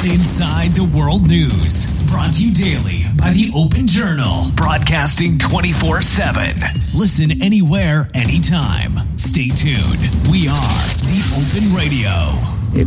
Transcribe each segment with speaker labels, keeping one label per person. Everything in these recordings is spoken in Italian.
Speaker 1: Get inside the world news. Brought to you daily by the Open Journal. Broadcasting 24/7. Listen anywhere, anytime. Stay tuned. We are the Open Radio.
Speaker 2: E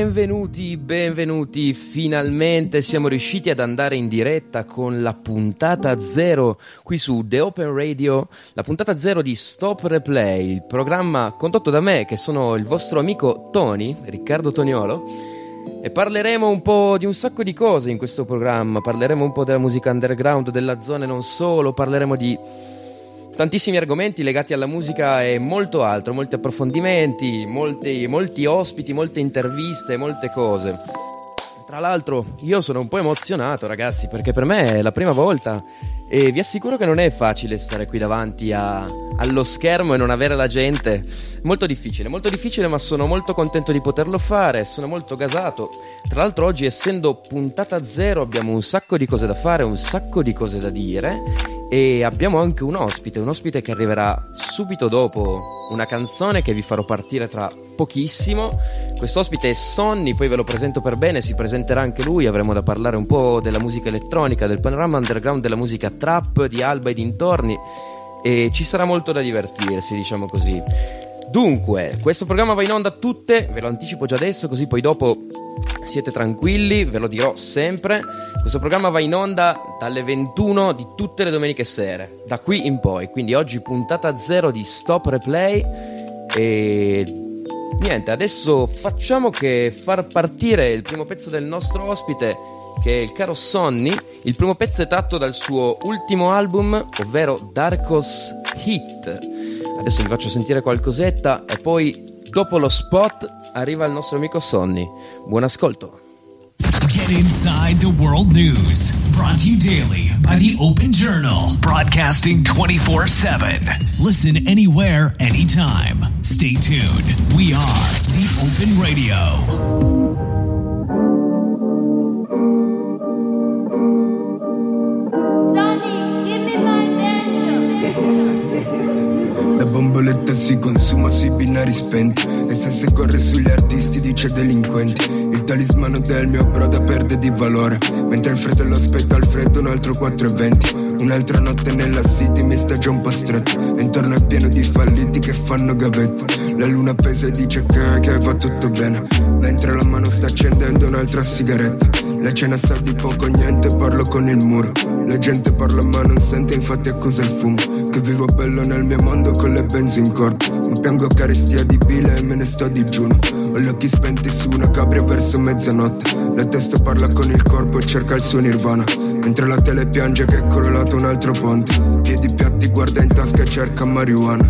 Speaker 2: benvenuti, finalmente siamo riusciti ad andare in diretta con la puntata 0 qui su The Open Radio, la puntata 0 di Stop Replay, il programma condotto da me che sono il vostro amico Tony, Riccardo Toniolo, e parleremo un po' di un sacco di cose in questo programma, parleremo un po' della musica underground, della zona e non solo, parleremo di tantissimi argomenti legati alla musica e molto altro, molti approfondimenti, molti ospiti, molte interviste, molte cose. Tra l'altro io sono un po' emozionato, ragazzi, perché per me è la prima volta e vi assicuro che non è facile stare qui davanti allo schermo e non avere la gente. Molto difficile, ma sono molto contento di poterlo fare, sono molto gasato. Tra l'altro oggi, essendo puntata 0, abbiamo un sacco di cose da fare, un sacco di cose da dire e abbiamo anche un ospite che arriverà subito dopo una canzone che vi farò partire tra pochissimo. Quest'ospite è Sonny, poi ve lo presento per bene, si presenterà anche lui, avremo da parlare un po' della musica elettronica, del panorama underground della musica trap di Alba e dintorni e ci sarà molto da divertirsi, diciamo così. Dunque, questo programma va in onda tutte, ve lo anticipo già adesso, così poi dopo siete tranquilli, ve lo dirò sempre. Questo programma va in onda dalle 21 di tutte le domeniche sere, da qui in poi. Quindi oggi puntata 0 di Stop Replay. E niente, adesso facciamo che far partire il primo pezzo del nostro ospite, che è il caro Sonny. Il primo pezzo è tratto dal suo ultimo album, ovvero Darkos Hit. Adesso vi faccio sentire qualcosetta e poi dopo lo spot arriva il nostro amico Sonny. Buon ascolto.
Speaker 1: Get inside the world news. Brought to you daily by the Open Journal. Broadcasting 24/7. Listen anywhere, anytime. Stay tuned. We are the Open Radio.
Speaker 3: Bomboletta si consuma sui binari spenti, e se corre sugli artisti dice delinquenti. Il talismano del mio broda perde di valore, mentre il fratello aspetta al freddo un altro 4,20. Un'altra notte nella city mi sta già un po' stretto, e intorno è pieno di falliti che fanno gavetta. La luna pesa e dice che va tutto bene, mentre la mano sta accendendo un'altra sigaretta. La cena sa di poco niente, parlo con il muro. La gente parla ma non sente, infatti accusa il fumo. Che vivo bello nel mio mondo con le benzi in corpo, ma piango carestia di bile e me ne sto a digiuno. Ho gli occhi spenti su una cabria verso mezzanotte. La testa parla con il corpo e cerca il suo nirvana, mentre la tele piange che è correlato un altro ponte. Piedi piatti, guarda in tasca e cerca marijuana.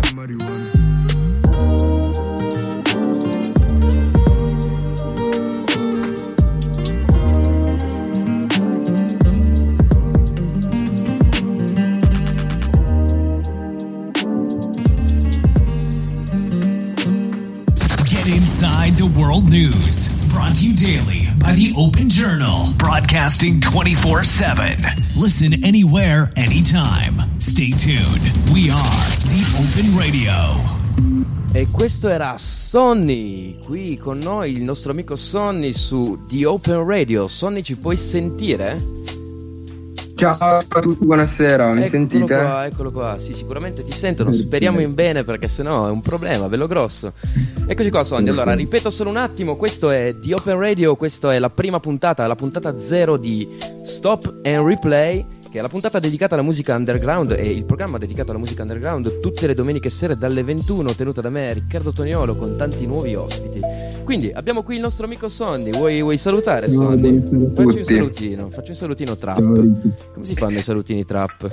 Speaker 1: Inside the world news. Brought to you daily by the Open Journal. Broadcasting 24/7. Listen anywhere, anytime. Stay tuned. We are the Open Radio.
Speaker 2: E questo era Sonny, qui con noi il nostro amico Sonny su The Open Radio. Sonny, ci puoi sentire?
Speaker 4: Ciao a tutti, buonasera, mi sentite?
Speaker 2: Eccolo qua, sì, sicuramente ti sentono, speriamo in bene perché sennò è un problema bello grosso. Eccoci qua Sonny, allora ripeto solo un attimo, questo è The Open Radio, questa è la prima puntata, la puntata 0 di Stop and Replay, che è la puntata dedicata alla musica underground e il programma dedicato alla musica underground tutte le domeniche sere dalle 21, tenuta da me Riccardo Toniolo con tanti nuovi ospiti. Quindi abbiamo qui il nostro amico Sonny, vuoi salutare Sonny? Facci un salutino trap. Come si fanno i salutini trap?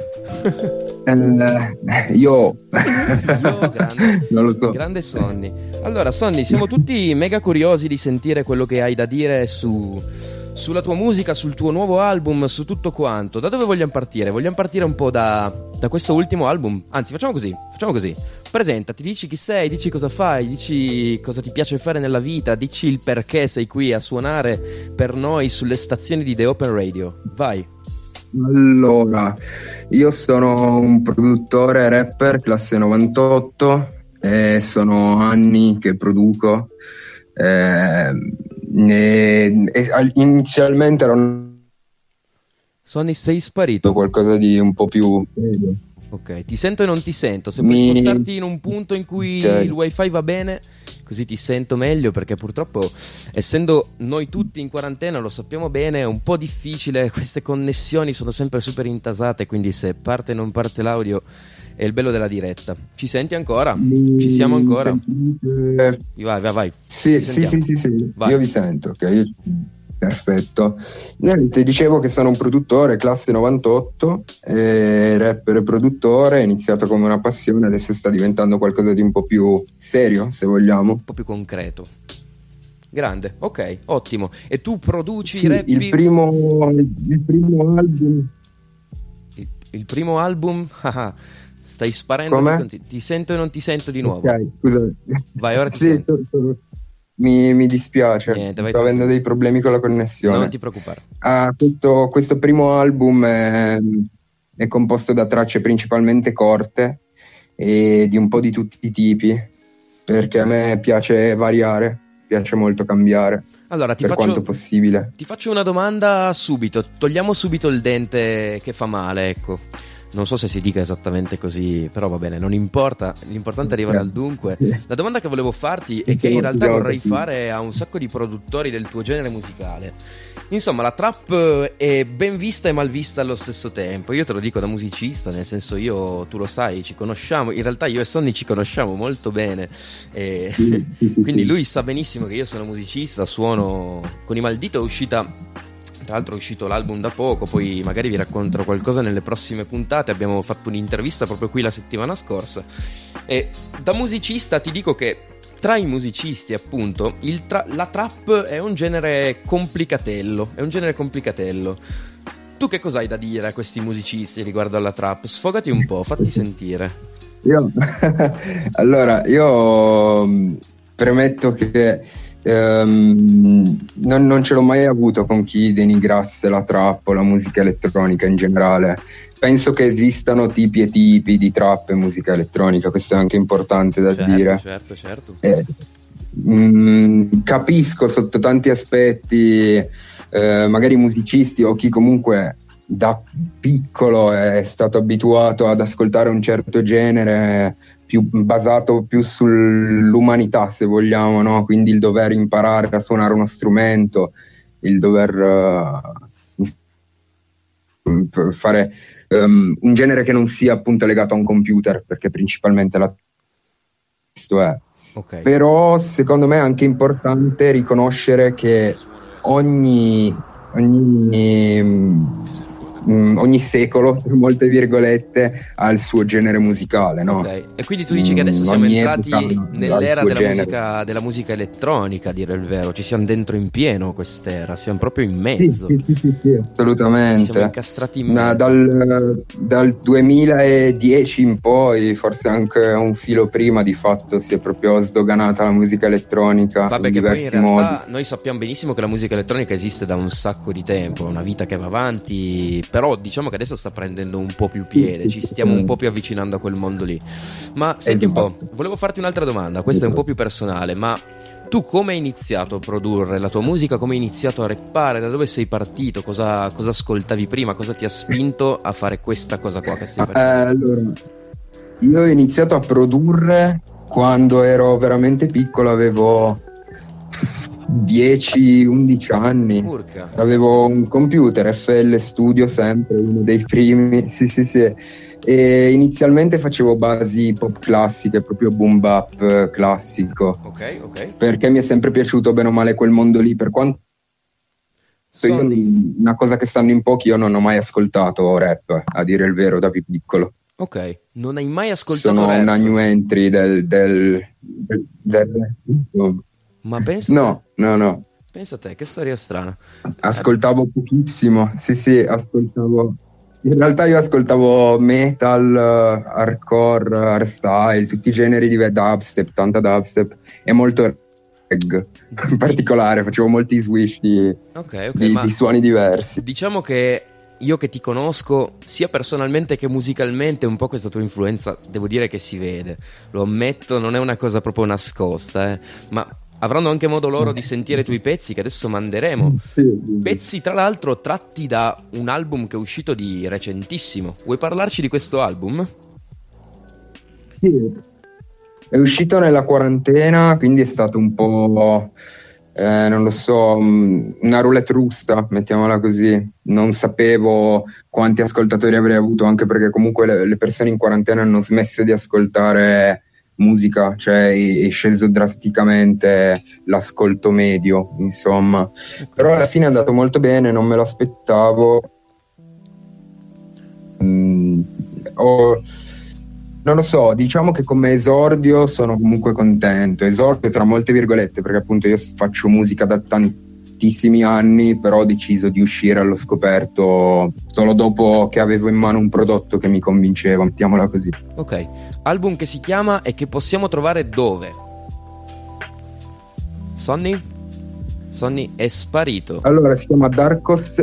Speaker 4: Io
Speaker 2: grande,
Speaker 4: non lo so.
Speaker 2: Grande Sonny. Allora Sonny, siamo tutti mega curiosi di sentire quello che hai da dire sulla tua musica, sul tuo nuovo album, su tutto quanto. Da dove vogliamo partire? Vogliamo partire un po' da questo ultimo album? Anzi, facciamo così. Presentati, dici chi sei, dici cosa fai, dici cosa ti piace fare nella vita, dici il perché sei qui a suonare per noi sulle stazioni di The Open Radio. Vai.
Speaker 4: Allora, io sono un produttore rapper classe 98 e sono anni che produco. Inizialmente era
Speaker 2: Sonny, sei sparito.
Speaker 4: qualcosa di un po' più...
Speaker 2: Ok, ti sento e non ti sento. Se puoi spostarti in un punto in cui il wifi va bene, così ti sento meglio, perché purtroppo, essendo noi tutti in quarantena, lo sappiamo bene, è un po' difficile, queste connessioni sono sempre super intasate, quindi se parte o non parte l'audio è il bello della diretta. Ci senti ancora? Ci siamo ancora? Vai.
Speaker 4: Sì.
Speaker 2: Vai.
Speaker 4: Io vi sento, ok? Perfetto. Niente, dicevo che sono un produttore, classe 98, rapper e produttore, è iniziato come una passione, adesso sta diventando qualcosa di un po' più serio, se vogliamo.
Speaker 2: Un po' più concreto. Grande, ok, ottimo. E tu produci,
Speaker 4: Sì,
Speaker 2: rappi?
Speaker 4: il primo album...
Speaker 2: Il primo album? Stai sparendo?
Speaker 4: Come?
Speaker 2: Ti sento e non ti sento di nuovo.
Speaker 4: Ok, scusa.
Speaker 2: Vai, ora ti sento.
Speaker 4: Mi dispiace,
Speaker 2: Niente, vai
Speaker 4: sto avendo dei problemi con la connessione.
Speaker 2: Non ti preoccupare.
Speaker 4: Questo primo album è composto da tracce principalmente corte e di un po' di tutti i tipi, perché a me piace variare, piace molto cambiare,
Speaker 2: Allora,
Speaker 4: quanto possibile.
Speaker 2: Ti faccio una domanda subito. Togliamo subito il dente che fa male, ecco. Non so se si dica esattamente così, però va bene, non importa, l'importante è arrivare al dunque. La domanda che volevo farti e che in realtà vorrei fare a un sacco di produttori del tuo genere musicale. Insomma, la trap è ben vista e mal vista allo stesso tempo. Io te lo dico da musicista, nel senso, tu lo sai, ci conosciamo, in realtà io e Sonny ci conosciamo molto bene, quindi lui sa benissimo che io sono musicista, suono con i Maldito, è uscita... Tra l'altro è uscito l'album da poco, poi magari vi racconterò qualcosa nelle prossime puntate. Abbiamo fatto un'intervista proprio qui la settimana scorsa. E da musicista ti dico che tra i musicisti, appunto, la trap è un genere complicatello. Tu che cosa hai da dire a questi musicisti riguardo alla trap? Sfogati un po', fatti sentire.
Speaker 4: Allora, io premetto che non ce l'ho mai avuto con chi denigrasse la trap o la musica elettronica in generale. Penso che esistano tipi e tipi di trap e musica elettronica, questo è anche importante da dire.
Speaker 2: Certo.
Speaker 4: Capisco sotto tanti aspetti, magari musicisti o chi comunque da piccolo è stato abituato ad ascoltare un certo genere basato più sull'umanità, se vogliamo, no? Quindi il dover imparare a suonare uno strumento, il dover fare un genere che non sia appunto legato a un computer, perché principalmente questo è.
Speaker 2: Okay.
Speaker 4: Però secondo me è anche importante riconoscere che ogni secolo, tra molte virgolette, ha il suo genere musicale, no?
Speaker 2: Okay. E quindi tu dici che adesso siamo entrati nell'era della musica elettronica, a dire il vero, ci siamo dentro in pieno quest'era, siamo proprio in mezzo.
Speaker 4: Sì, assolutamente.
Speaker 2: Siamo incastrati in mezzo.
Speaker 4: Dal 2010 in poi, forse anche un filo prima, di fatto si è proprio sdoganata la musica elettronica.
Speaker 2: Vabbè,
Speaker 4: in
Speaker 2: che
Speaker 4: diversi
Speaker 2: poi in realtà
Speaker 4: modi.
Speaker 2: noi sappiamo benissimo che la musica elettronica esiste da un sacco di tempo, è una vita che va avanti, però diciamo che adesso sta prendendo un po' più piede, ci stiamo un po' più avvicinando a quel mondo lì. Ma senti un po', volevo farti un'altra domanda, questa è un po' più personale, ma tu come hai iniziato a produrre la tua musica, come hai iniziato a rappare, da dove sei partito, cosa ascoltavi prima, cosa ti ha spinto a fare questa cosa qua che stai facendo?
Speaker 4: Allora, io ho iniziato a produrre quando ero veramente piccolo, avevo 10-11 anni.
Speaker 2: Urca.
Speaker 4: Avevo un computer FL Studio, sempre uno dei primi. Sì. E inizialmente facevo basi pop classiche, proprio boom bap classico.
Speaker 2: Ok.
Speaker 4: Perché mi è sempre piaciuto bene o male quel mondo lì, per quanto una cosa che sanno in pochi, io non ho mai ascoltato rap, a dire il vero, da più piccolo.
Speaker 2: Ok, non hai mai ascoltato
Speaker 4: Sono
Speaker 2: rap?
Speaker 4: una new entry del
Speaker 2: Ma pensa
Speaker 4: No.
Speaker 2: Pensa a te, che storia strana.
Speaker 4: Ascoltavo pochissimo, sì, ascoltavo. In realtà io ascoltavo metal, hardcore, hardstyle, tutti i generi di dubstep, tanta dubstep e molto reggae. In particolare facevo molti swish di suoni diversi.
Speaker 2: Diciamo che io che ti conosco sia personalmente che musicalmente, un po' questa tua influenza devo dire che si vede, lo ammetto, non è una cosa proprio nascosta, ma avranno anche modo loro di sentire i tuoi pezzi che adesso manderemo. Pezzi tra l'altro tratti da un album che è uscito di recentissimo. Vuoi parlarci di questo album?
Speaker 4: Sì, è uscito nella quarantena, quindi è stato un po', non lo so, una roulette russa, mettiamola così. Non sapevo quanti ascoltatori avrei avuto, anche perché comunque le persone in quarantena hanno smesso di ascoltare musica, cioè è sceso drasticamente l'ascolto medio, insomma. Però alla fine è andato molto bene, non me lo aspettavo. Non lo so, diciamo che come esordio sono comunque contento, esordio tra molte virgolette, perché appunto io faccio musica da tantissimi anni, però ho deciso di uscire allo scoperto solo dopo che avevo in mano un prodotto che mi convinceva, mettiamola così.
Speaker 2: Ok, album che si chiama e che possiamo trovare dove? Sonny? Sonny è sparito.
Speaker 4: Allora, si chiama Darkos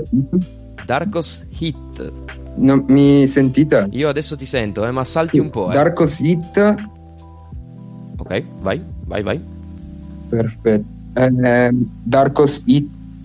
Speaker 2: Hit.
Speaker 4: Non mi sentite?
Speaker 2: Io adesso ti sento, ma salti un po'.
Speaker 4: Darkos Hit.
Speaker 2: Ok, vai.
Speaker 4: Perfetto. Darkos Hit.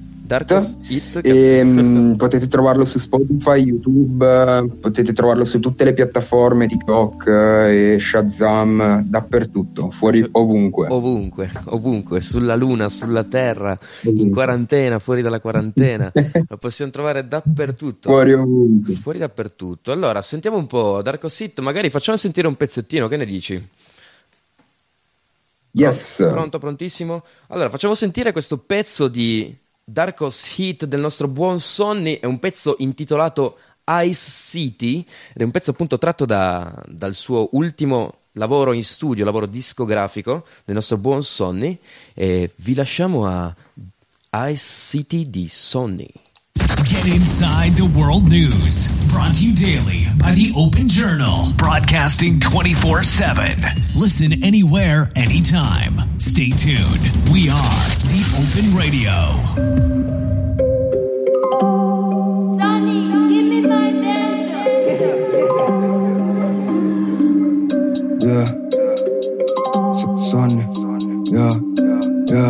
Speaker 4: Potete trovarlo su Spotify, YouTube, potete trovarlo su tutte le piattaforme, TikTok e Shazam, dappertutto, fuori
Speaker 2: ovunque, sulla luna, sulla terra, in quarantena, fuori dalla quarantena, lo possiamo trovare dappertutto, fuori dappertutto. Allora sentiamo un po' Darkos Hit, magari facciamo sentire un pezzettino, che ne dici?
Speaker 4: Yes.
Speaker 2: Pronto, prontissimo? Allora facciamo sentire questo pezzo di Darkos Hit del nostro buon Sonny. È un pezzo intitolato Ice City ed è un pezzo appunto tratto dal suo ultimo lavoro in studio, lavoro discografico del nostro buon Sonny, e vi lasciamo a Ice City di Sonny.
Speaker 1: Get inside the world news, brought to you daily by the Open Journal, broadcasting 24/7. Listen anywhere, anytime. Stay tuned. We are the Open Radio.
Speaker 5: Sonny, give me my benzo.
Speaker 3: Yeah. Sonny. Yeah.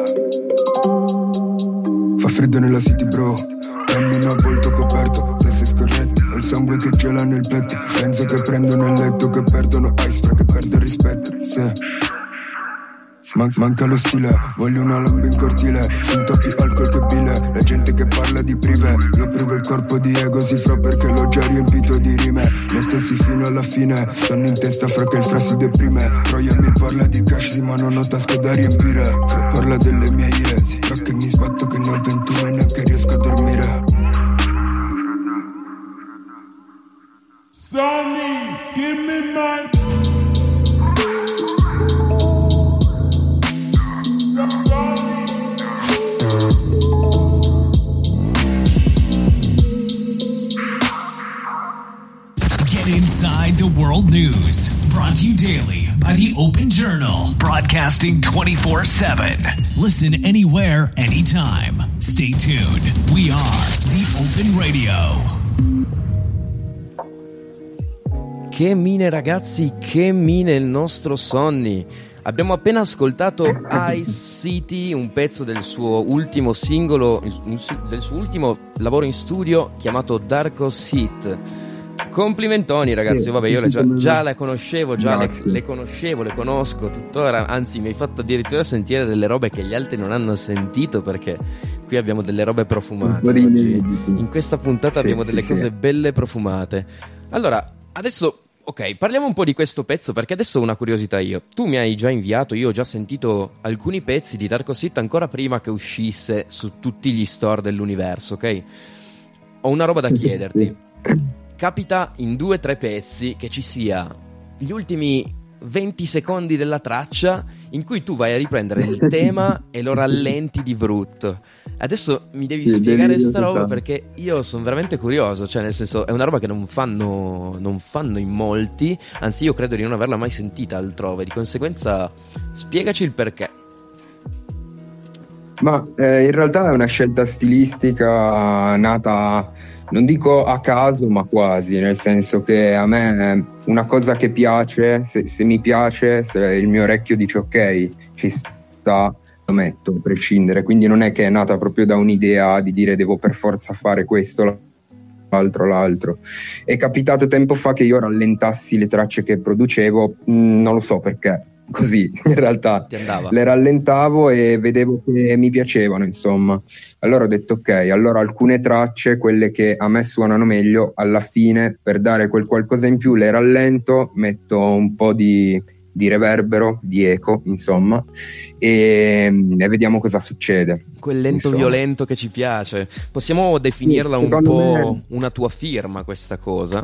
Speaker 3: Fa freddo nella city, bro. Cammino a volto coperto, se sei scorretto, ho il sangue che gela nel petto. Penso che prendo nel letto, che perdono ice, fra che perdo il rispetto. Se manca lo stile, voglio una lamba in cortile, sento più alcol che bile, la gente che parla di prive, io privo il corpo di ego, si fra perché l'ho già riempito di rime, noi stessi fino alla fine, sono in testa fra che il fra si deprime, Troia mi parla di cash, sì, ma non ho tasche da riempire, fra parla delle mie ire, si fra che mi sbatto che ne ho 21 e neanche riesco a dormire.
Speaker 6: Sonny, give me my...
Speaker 1: Inside the world news, brought to you daily by the Open Journal, broadcasting 24/7. Listen anywhere, anytime. Stay tuned. We are the Open
Speaker 2: Radio. Che mine ragazzi, che mine il nostro Sonny. Abbiamo appena ascoltato Ice City, un pezzo del suo ultimo singolo, del suo ultimo lavoro in studio chiamato Darkos Hit. Complimentoni ragazzi, vabbè, io già le conoscevo, le conosco tuttora, anzi mi hai fatto addirittura sentire delle robe che gli altri non hanno sentito, perché qui abbiamo delle robe profumate oggi. In questa puntata abbiamo delle cose belle profumate. Allora, adesso, ok, parliamo un po' di questo pezzo, perché adesso ho una curiosità io. Tu mi hai già inviato, io ho già sentito alcuni pezzi di Darkos Hit ancora prima che uscisse su tutti gli store dell'universo, ok? Ho una roba da chiederti. Capita in 2 o 3 pezzi che ci sia gli ultimi 20 secondi della traccia in cui tu vai a riprendere il tema e lo rallenti di brutto. Adesso mi devi spiegare sta roba, perché io sono veramente curioso, cioè nel senso è una roba che non fanno in molti, anzi io credo di non averla mai sentita altrove, di conseguenza spiegaci il perché.
Speaker 4: Ma in realtà è una scelta stilistica nata, non dico a caso, ma quasi, nel senso che a me una cosa che piace, se mi piace, se il mio orecchio dice ok, ci sta, metto a prescindere, quindi non è che è nata proprio da un'idea di dire devo per forza fare questo, l'altro. È capitato tempo fa che io rallentassi le tracce che producevo, non lo so perché, così in realtà
Speaker 2: Ti andava?
Speaker 4: le rallentavo e vedevo che mi piacevano, insomma. Allora ho detto ok, allora alcune tracce, quelle che a me suonano meglio, alla fine per dare quel qualcosa in più le rallento, metto un po' di reverbero, di eco, insomma, e vediamo cosa succede.
Speaker 2: Quel lento
Speaker 4: Insomma.
Speaker 2: violento che ci piace. Possiamo definirla
Speaker 4: Sì,
Speaker 2: un
Speaker 4: secondo
Speaker 2: po'
Speaker 4: me-
Speaker 2: una tua firma, questa cosa?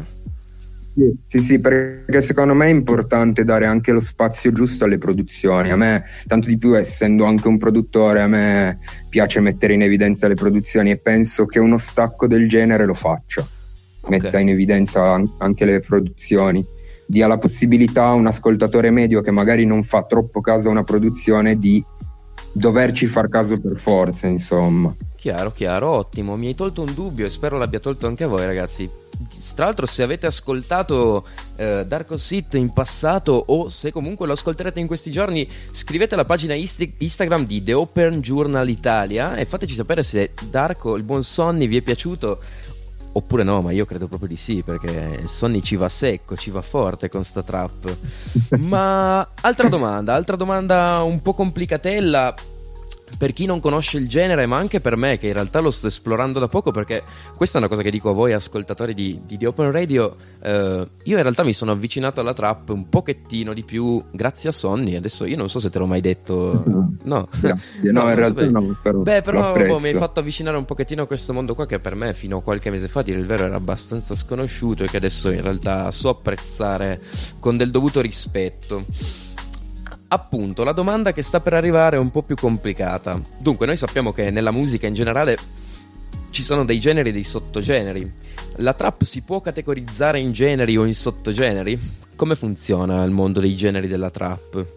Speaker 4: Sì, perché secondo me è importante dare anche lo spazio giusto alle produzioni. A me, tanto di più essendo anche un produttore, a me piace mettere in evidenza le produzioni e penso che uno stacco del genere lo faccia, metta in evidenza anche le produzioni, dia la possibilità a un ascoltatore medio che magari non fa troppo caso a una produzione di doverci far caso per forza, insomma.
Speaker 2: Chiaro, ottimo. Mi hai tolto un dubbio e spero l'abbia tolto anche a voi, ragazzi. Tra l'altro, se avete ascoltato Darko Sit in passato o se comunque lo ascolterete in questi giorni, scrivete alla pagina Instagram di The Open Journal Italia e fateci sapere se Darko, il buon Sonny, vi è piaciuto oppure no, ma io credo proprio di sì, perché Sonny ci va secco, ci va forte con sta trap. Ma altra domanda un po' complicatella per chi non conosce il genere, ma anche per me che in realtà lo sto esplorando da poco, perché questa è una cosa che dico a voi ascoltatori di The Open Radio. Io in realtà mi sono avvicinato alla trap un pochettino di più grazie a Sonny. Adesso io non so se te l'ho mai detto. No,
Speaker 4: Grazie. No, in realtà no, però
Speaker 2: beh,
Speaker 4: lo
Speaker 2: però
Speaker 4: apprezzo.
Speaker 2: mi hai fatto avvicinare un pochettino a questo mondo qua, che per me fino a qualche mese fa, a dire il vero, era abbastanza sconosciuto e che adesso in realtà so apprezzare con del dovuto rispetto. Appunto, la domanda che sta per arrivare è un po' più complicata. Dunque, noi sappiamo che nella musica in generale ci sono dei generi e dei sottogeneri. La trap si può categorizzare in generi o in sottogeneri? Come funziona il mondo dei generi della trap?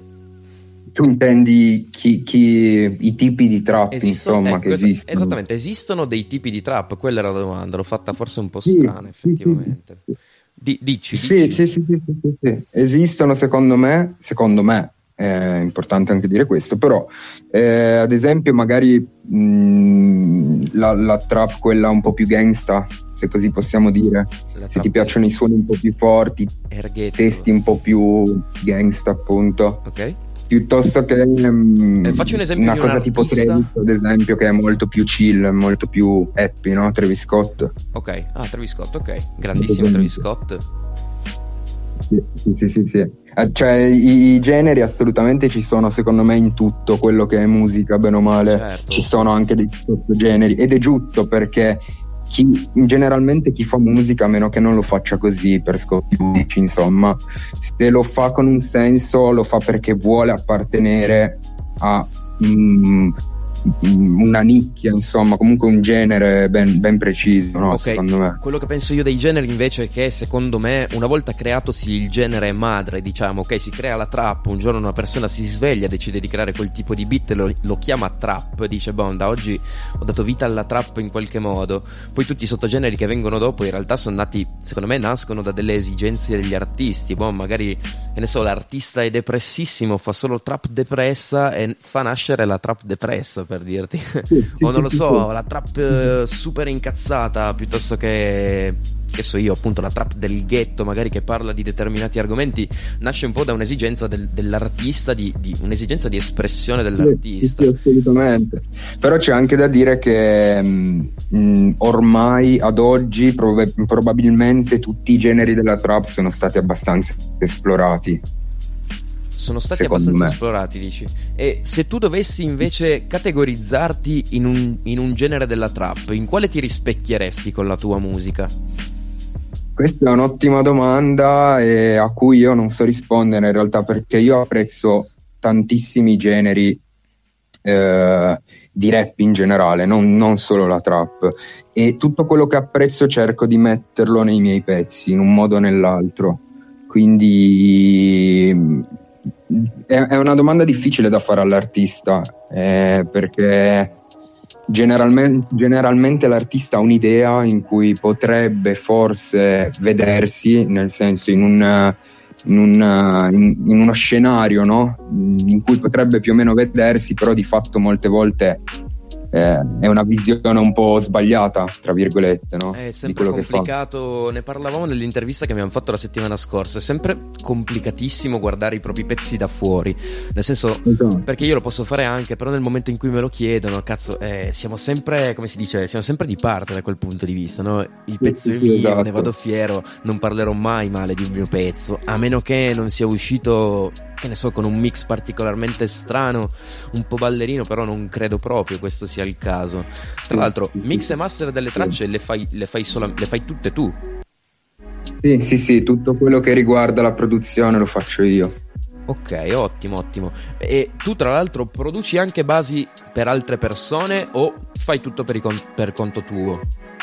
Speaker 4: Tu intendi i tipi di trap, insomma, che esistono?
Speaker 2: Esattamente, esistono dei tipi di trap? Quella era la domanda, l'ho fatta forse un po' strana, effettivamente.
Speaker 4: Sì.
Speaker 2: Dici.
Speaker 4: Sì. Esistono secondo me, è importante anche dire questo, però ad esempio magari la trap, quella un po' più gangsta, se così possiamo dire, se ti piacciono i suoni un po' più forti,
Speaker 2: erghetto,
Speaker 4: testi un po' più gangsta, appunto.
Speaker 2: Ok.
Speaker 4: Piuttosto che
Speaker 2: faccio un esempio
Speaker 4: una
Speaker 2: di un
Speaker 4: cosa tipo
Speaker 2: artista.
Speaker 4: Travis, ad esempio, che è molto più chill, molto più happy, no? Travis Scott.
Speaker 2: Ok, Travis Scott, ok. Grandissimo Travis Scott.
Speaker 4: Sì. Cioè i generi assolutamente ci sono, secondo me, in tutto quello che è musica, bene o male.
Speaker 2: Certo.
Speaker 4: Ci sono anche dei sottogeneri ed è giusto, perché generalmente chi fa musica, a meno che non lo faccia così per scopi ludici, insomma, se lo fa con un senso, lo fa perché vuole appartenere a una nicchia, insomma, comunque un genere ben preciso, no?
Speaker 2: Ok,
Speaker 4: Secondo me.
Speaker 2: quello che penso io dei generi invece è che secondo me una volta creatosi il genere madre, diciamo, ok, si crea la trap, un giorno una persona si sveglia, decide di creare quel tipo di beat e lo chiama trap, dice boh, da oggi ho dato vita alla trap in qualche modo. Poi tutti i sottogeneri che vengono dopo in realtà sono nati, secondo me nascono da delle esigenze degli artisti, boh, magari, che ne so, l'artista è depressissimo, fa solo trap depressa e fa nascere la trap depressa, per dirti. O non lo so, la trap super incazzata, piuttosto che so io, appunto, la trap del ghetto, magari, che parla di determinati argomenti, nasce un po' da un'esigenza dell'artista, di un'esigenza di espressione dell'artista.
Speaker 4: Sì, assolutamente. Però c'è anche da dire che ormai ad oggi probabilmente tutti i generi della trap sono stati abbastanza esplorati.
Speaker 2: Sono stati
Speaker 4: Secondo
Speaker 2: abbastanza
Speaker 4: me.
Speaker 2: esplorati, dici. E se tu dovessi invece categorizzarti in un genere della trap, in quale ti rispecchieresti con la tua musica?
Speaker 4: Questa è un'ottima domanda e a cui io non so rispondere in realtà, perché io apprezzo tantissimi generi di rap in generale, non solo la trap, e tutto quello che apprezzo cerco di metterlo nei miei pezzi in un modo o nell'altro, quindi è una domanda difficile da fare all'artista, perché generalmente l'artista ha un'idea in cui potrebbe forse vedersi, nel senso in in uno scenario, no? In cui potrebbe più o meno vedersi, però di fatto molte volte è una visione un po' sbagliata, tra virgolette, no?
Speaker 2: È sempre complicato, ne parlavamo nell'intervista che abbiamo fatto la settimana scorsa, è sempre complicatissimo guardare i propri pezzi da fuori, nel senso,
Speaker 4: esatto.
Speaker 2: Perché io lo posso fare anche, però nel momento in cui me lo chiedono, cazzo, siamo sempre, come si dice, siamo sempre di parte da quel punto di vista, no? Il pezzo è mio,
Speaker 4: esatto.
Speaker 2: Ne vado fiero, non parlerò mai male di un mio pezzo, a meno che non sia uscito, che ne so, con un mix particolarmente strano, un po' ballerino, però non credo proprio questo sia il caso. Tra l'altro, mix e master delle tracce le fai tutte tu?
Speaker 4: Sì, tutto quello che riguarda la produzione lo faccio io.
Speaker 2: Ok, ottimo. E tu tra l'altro produci anche basi per altre persone o fai tutto per conto tuo?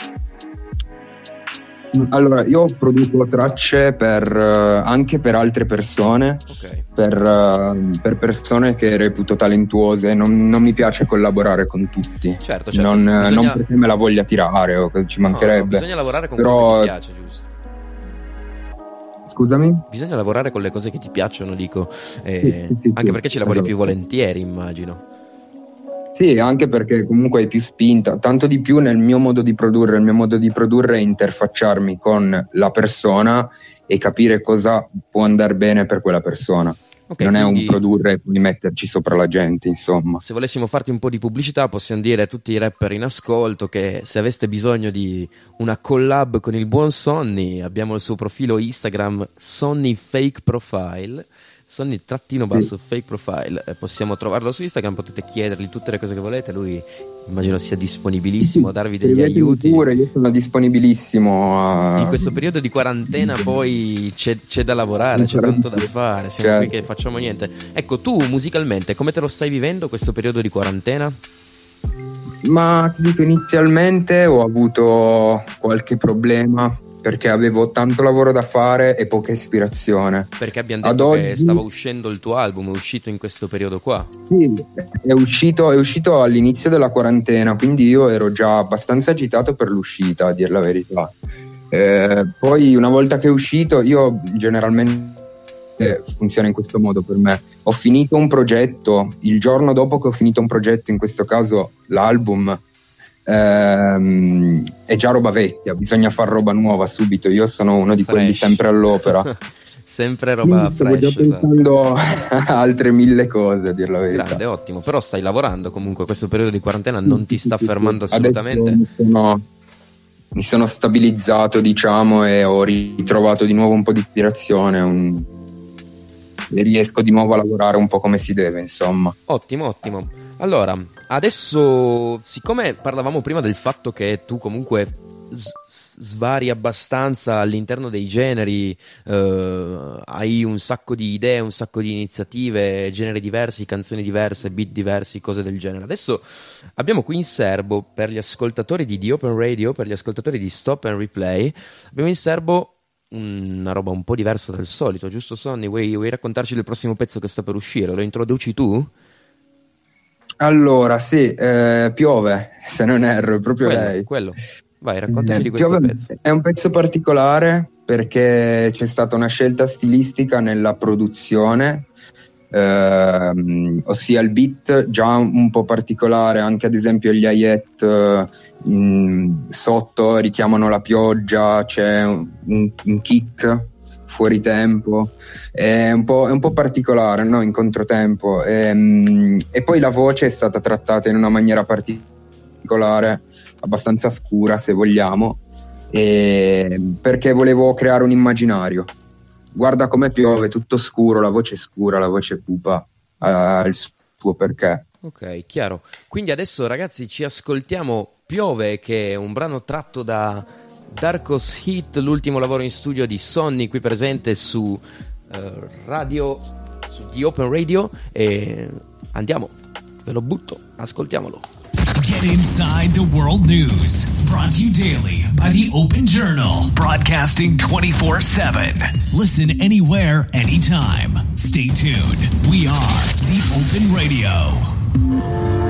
Speaker 4: Allora, io produco tracce anche per altre persone,
Speaker 2: okay.
Speaker 4: per persone che reputo talentuose. Non mi piace collaborare con tutti.
Speaker 2: Certo.
Speaker 4: Non perché me la voglia tirare o che ci mancherebbe.
Speaker 2: No, bisogna lavorare con quello che ti piace, giusto?
Speaker 4: Scusami?
Speaker 2: Bisogna lavorare con le cose che ti piacciono, dico.
Speaker 4: Sì,
Speaker 2: anche perché ci lavori
Speaker 4: esatto.
Speaker 2: più volentieri, immagino.
Speaker 4: Sì, anche perché comunque hai più spinta, tanto di più nel mio modo di produrre. Il mio modo di produrre è interfacciarmi con la persona e capire cosa può andare bene per quella persona. Okay, non quindi, è un produrre e poi metterci sopra la gente, insomma.
Speaker 2: Se volessimo farti un po' di pubblicità, possiamo dire a tutti i rapper in ascolto che se aveste bisogno di una collab con il buon Sonny, abbiamo il suo profilo Instagram Sonny Fake Profile, Sonny _ Fake Profile, possiamo trovarlo su Instagram, potete chiedergli tutte le cose che volete, lui immagino sia disponibilissimo a darvi degli aiuti.
Speaker 4: Pure, io sono disponibilissimo
Speaker 2: in questo periodo di quarantena, poi c'è da lavorare, c'è tanto da fare, siamo qui che facciamo niente. Ecco, tu musicalmente come te lo stai vivendo questo periodo di quarantena?
Speaker 4: Ma ti dico, inizialmente ho avuto qualche problema perché avevo tanto lavoro da fare e poca ispirazione.
Speaker 2: Perché abbiamo detto che stava uscendo il tuo album, è uscito in questo periodo qua?
Speaker 4: Sì, è uscito all'inizio della quarantena, quindi io ero già abbastanza agitato per l'uscita, a dir la verità. Poi una volta che è uscito, io generalmente funziona in questo modo per me. Ho finito un progetto, il giorno dopo che ho finito un progetto, in questo caso l'album, è già roba vecchia, bisogna fare roba nuova subito. Io sono uno di quelli sempre all'opera.
Speaker 2: Sempre roba fresh.
Speaker 4: Sto già pensando a altre 1000 cose, a dir la verità.
Speaker 2: Grande, ottimo. Però stai lavorando comunque, questo periodo di quarantena non ti sta fermando assolutamente.
Speaker 4: Mi sono stabilizzato, diciamo, e ho ritrovato di nuovo un po' di ispirazione, e riesco di nuovo a lavorare un po' come si deve, insomma.
Speaker 2: Ottimo. Allora, adesso, siccome parlavamo prima del fatto che tu comunque svari abbastanza all'interno dei generi, hai un sacco di idee, un sacco di iniziative, generi diversi, canzoni diverse, beat diversi, cose del genere. Adesso abbiamo qui in serbo, per gli ascoltatori di The Open Radio, per gli ascoltatori di Stop and Replay, abbiamo in serbo una roba un po' diversa dal solito, giusto Sonny? Vuoi raccontarci del prossimo pezzo che sta per uscire? Lo introduci tu?
Speaker 4: Allora, sì, Piove, se non erro, è proprio lei.
Speaker 2: Quello. Vai, raccontaci di questo pezzo.
Speaker 4: È un pezzo particolare perché c'è stata una scelta stilistica nella produzione, ossia il beat già un po' particolare, anche ad esempio gli hi-hat sotto richiamano la pioggia, c'è un kick fuori tempo, è un po' particolare, no? In controtempo, e poi la voce è stata trattata in una maniera particolare, abbastanza scura se vogliamo, perché volevo creare un immaginario. Guarda come piove, tutto scuro, la voce cupa, ha il suo perché.
Speaker 2: Ok, chiaro. Quindi adesso ragazzi ci ascoltiamo Piove, che è un brano tratto da Darkos Hit, l'ultimo lavoro in studio di Sonny qui presente su The Open Radio, e andiamo, ve lo butto, ascoltiamolo.
Speaker 1: Get inside the world news, brought to you daily by The Open Journal, broadcasting 24/7. Listen anywhere, anytime. Stay tuned. We are The Open Radio.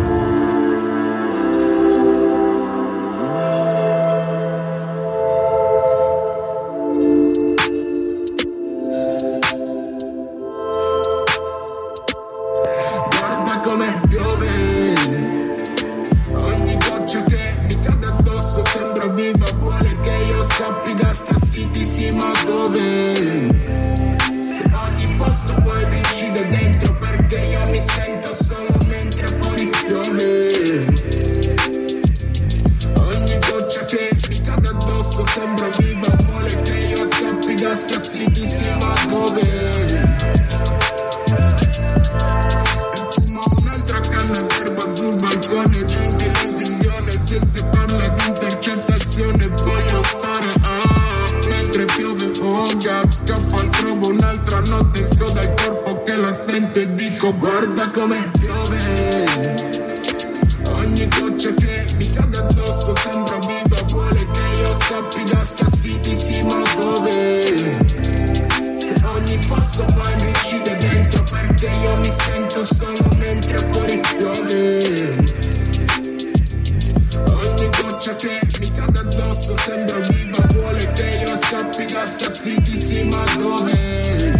Speaker 3: faccia che mi cade addosso, sembra viva, vuole che io scappi da sta city, sì ma dove?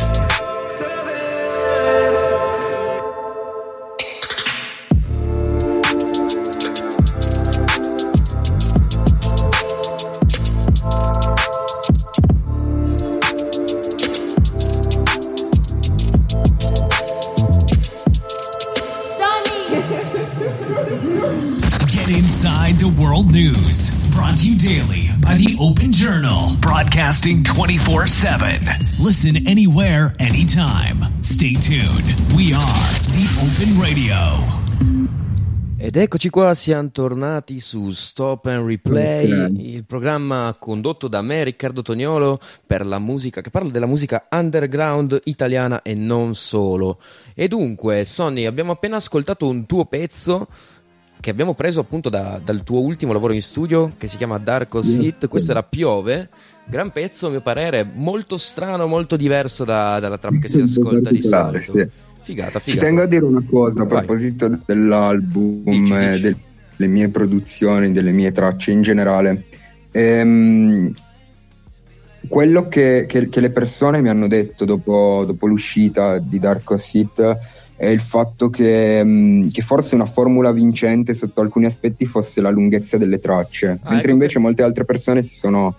Speaker 1: Inside the world news, brought to you daily by the Open Journal, broadcasting 24/7. Listen anywhere, anytime. Stay tuned. We are the Open Radio.
Speaker 2: Ed eccoci qua, siamo tornati su Stop and Replay,
Speaker 4: Okay.
Speaker 2: il programma condotto da me, Riccardo Toniolo, per la musica, che parla della musica underground italiana e non solo. E dunque, Sonny, abbiamo appena ascoltato un tuo pezzo che abbiamo preso appunto dal tuo ultimo lavoro in studio, che si chiama Darkos Hit. Questa era Piove, gran pezzo a mio parere, molto strano, molto diverso dalla trap che si ascolta di
Speaker 4: Particolare,
Speaker 2: solito.
Speaker 4: sì.
Speaker 2: Figata.
Speaker 4: Ci tengo a dire una cosa a
Speaker 2: Vai.
Speaker 4: proposito dell'album,
Speaker 2: Dici.
Speaker 4: delle mie produzioni, delle mie tracce in generale. Quello che le persone mi hanno detto dopo l'uscita di Darkos Hit è il fatto che forse una formula vincente sotto alcuni aspetti fosse la lunghezza delle tracce, mentre
Speaker 2: ecco
Speaker 4: invece molte altre persone si sono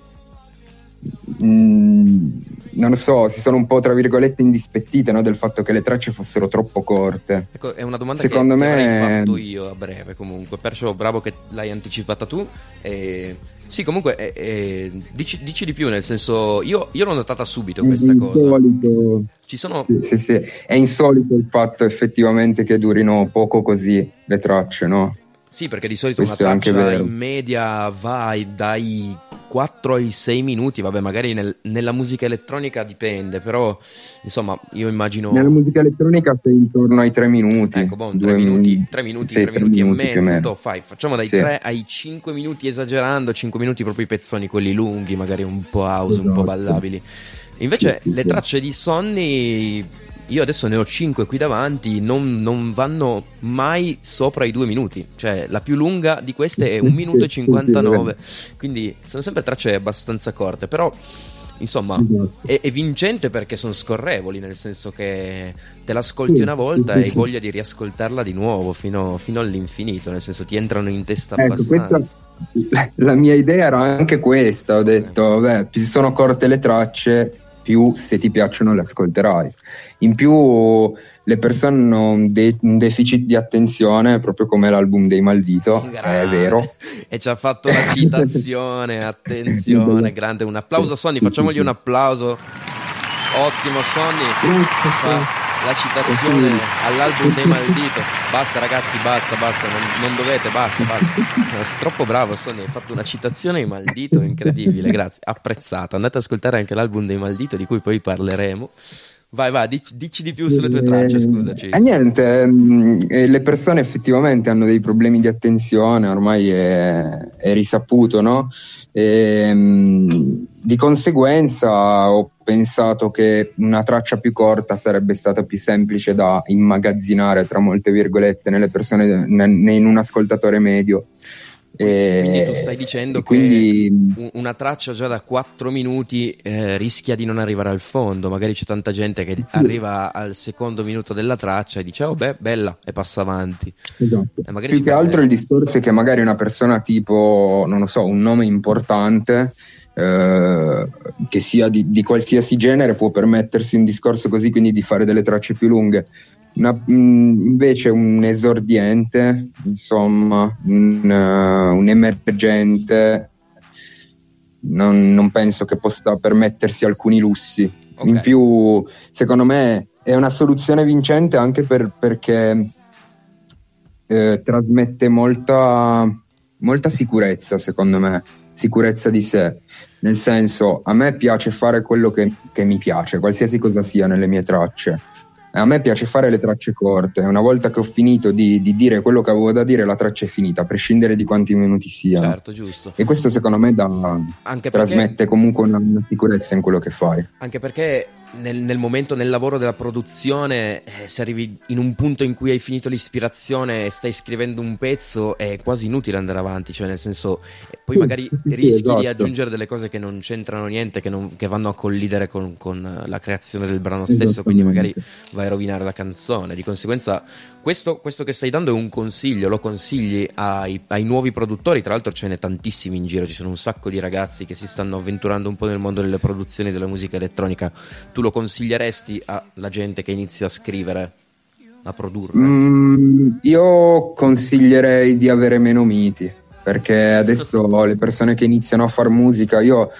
Speaker 4: non lo so, si sono un po' tra virgolette indispettite, no, del fatto che le tracce fossero troppo corte.
Speaker 2: Ecco, è una domanda
Speaker 4: Secondo
Speaker 2: che
Speaker 4: me
Speaker 2: avrei fatto io a breve comunque, perciò bravo che l'hai anticipata tu. Sì, comunque dici di più, nel senso, io l'ho notata subito questa cosa.
Speaker 4: Insolito.
Speaker 2: Ci sono...
Speaker 4: Sì. È insolito il fatto effettivamente che durino poco così le tracce, no?
Speaker 2: Sì, perché di solito
Speaker 4: Questo è
Speaker 2: una
Speaker 4: anche
Speaker 2: traccia
Speaker 4: vero.
Speaker 2: in media va dai 4 ai 6 minuti, vabbè, magari nella musica elettronica dipende, però insomma io immagino...
Speaker 4: Nella musica elettronica sei intorno ai 3 minuti.
Speaker 2: Ecco, 3 minuti, 3 minuti,
Speaker 4: sì,
Speaker 2: 3 minuti e
Speaker 4: più o
Speaker 2: mezzo,
Speaker 4: meno.
Speaker 2: facciamo dai
Speaker 4: Sì.
Speaker 2: 3 ai 5 minuti esagerando, 5 minuti proprio i pezzoni, quelli lunghi, magari un po' house, un po'
Speaker 4: Esatto.
Speaker 2: ballabili. Invece
Speaker 4: Sì,
Speaker 2: le
Speaker 4: sì.
Speaker 2: tracce di Sonny, io adesso ne ho 5 qui davanti, non vanno mai sopra i 2 minuti, cioè la più lunga di queste è 1 minuto e 59, quindi sono sempre tracce abbastanza corte, però insomma
Speaker 4: Esatto.
Speaker 2: è vincente perché sono scorrevoli, nel senso che te l'ascolti
Speaker 4: Sì,
Speaker 2: una volta
Speaker 4: sì,
Speaker 2: e hai
Speaker 4: sì.
Speaker 2: voglia di riascoltarla di nuovo fino all'infinito, nel senso ti entrano in testa
Speaker 4: Ecco,
Speaker 2: abbastanza.
Speaker 4: la mia idea era anche questa, ho detto, vabbè, più sono corte le tracce, più se ti piacciono le ascolterai. In più le persone hanno un deficit di attenzione, proprio come l'album dei Maldito, è
Speaker 2: Grande.
Speaker 4: vero.
Speaker 2: E ci ha fatto la citazione, attenzione, grande, un applauso a Sonny, facciamogli un applauso. Ottimo Sonny, fa la citazione all'album dei Maldito. Basta ragazzi, basta, non dovete, basta. Sei troppo bravo Sonny, hai fatto una citazione ai Maldito incredibile, grazie, apprezzata. Andate ad ascoltare anche l'album dei Maldito, di cui poi parleremo. Vai, dici di più sulle tue tracce, scusaci.
Speaker 4: Niente, le persone effettivamente hanno dei problemi di attenzione, ormai è risaputo, no? Di conseguenza ho pensato che una traccia più corta sarebbe stata più semplice da immagazzinare, tra molte virgolette, nelle persone, in un ascoltatore medio.
Speaker 2: Quindi tu stai dicendo
Speaker 4: quindi,
Speaker 2: che una traccia già da 4 minuti rischia di non arrivare al fondo, magari c'è tanta gente che arriva al secondo minuto della traccia e dice oh beh, bella, e passa avanti.
Speaker 4: esatto.
Speaker 2: Magari
Speaker 4: Più
Speaker 2: si
Speaker 4: che
Speaker 2: perde.
Speaker 4: altro il discorso è che magari una persona tipo, non lo so, un nome importante, che sia di qualsiasi genere, può permettersi un discorso così, quindi di fare delle tracce più lunghe. Invece un esordiente, insomma, un emergente, non penso che possa permettersi alcuni lussi.
Speaker 2: Ok.
Speaker 4: In più, secondo me, è una soluzione vincente anche perché trasmette molta sicurezza, secondo me, sicurezza di sé. Nel senso, a me piace fare quello che mi piace, qualsiasi cosa sia nelle mie tracce. A me piace fare le tracce corte. Una volta che ho finito di dire quello che avevo da dire, la traccia è finita, a prescindere di quanti minuti siano.
Speaker 2: Certo, giusto.
Speaker 4: E questo secondo me
Speaker 2: Anche
Speaker 4: trasmette comunque una sicurezza in quello che fai.
Speaker 2: Anche perché nel momento, nel lavoro della produzione, se arrivi in un punto in cui hai finito l'ispirazione e stai scrivendo un pezzo, è quasi inutile andare avanti, cioè nel senso, poi magari rischi
Speaker 4: esatto.
Speaker 2: di aggiungere delle cose che non c'entrano niente, che vanno a collidere con la creazione del brano stesso, quindi magari vai a rovinare la canzone. Di conseguenza questo che stai dando è un consiglio, lo consigli ai nuovi produttori? Tra l'altro ce n'è tantissimi in giro, ci sono un sacco di ragazzi che si stanno avventurando un po' nel mondo delle produzioni della musica elettronica. Tu lo consiglieresti alla gente che inizia a scrivere, a produrre?
Speaker 4: Io consiglierei di avere meno miti, perché adesso le persone che iniziano a far musica, io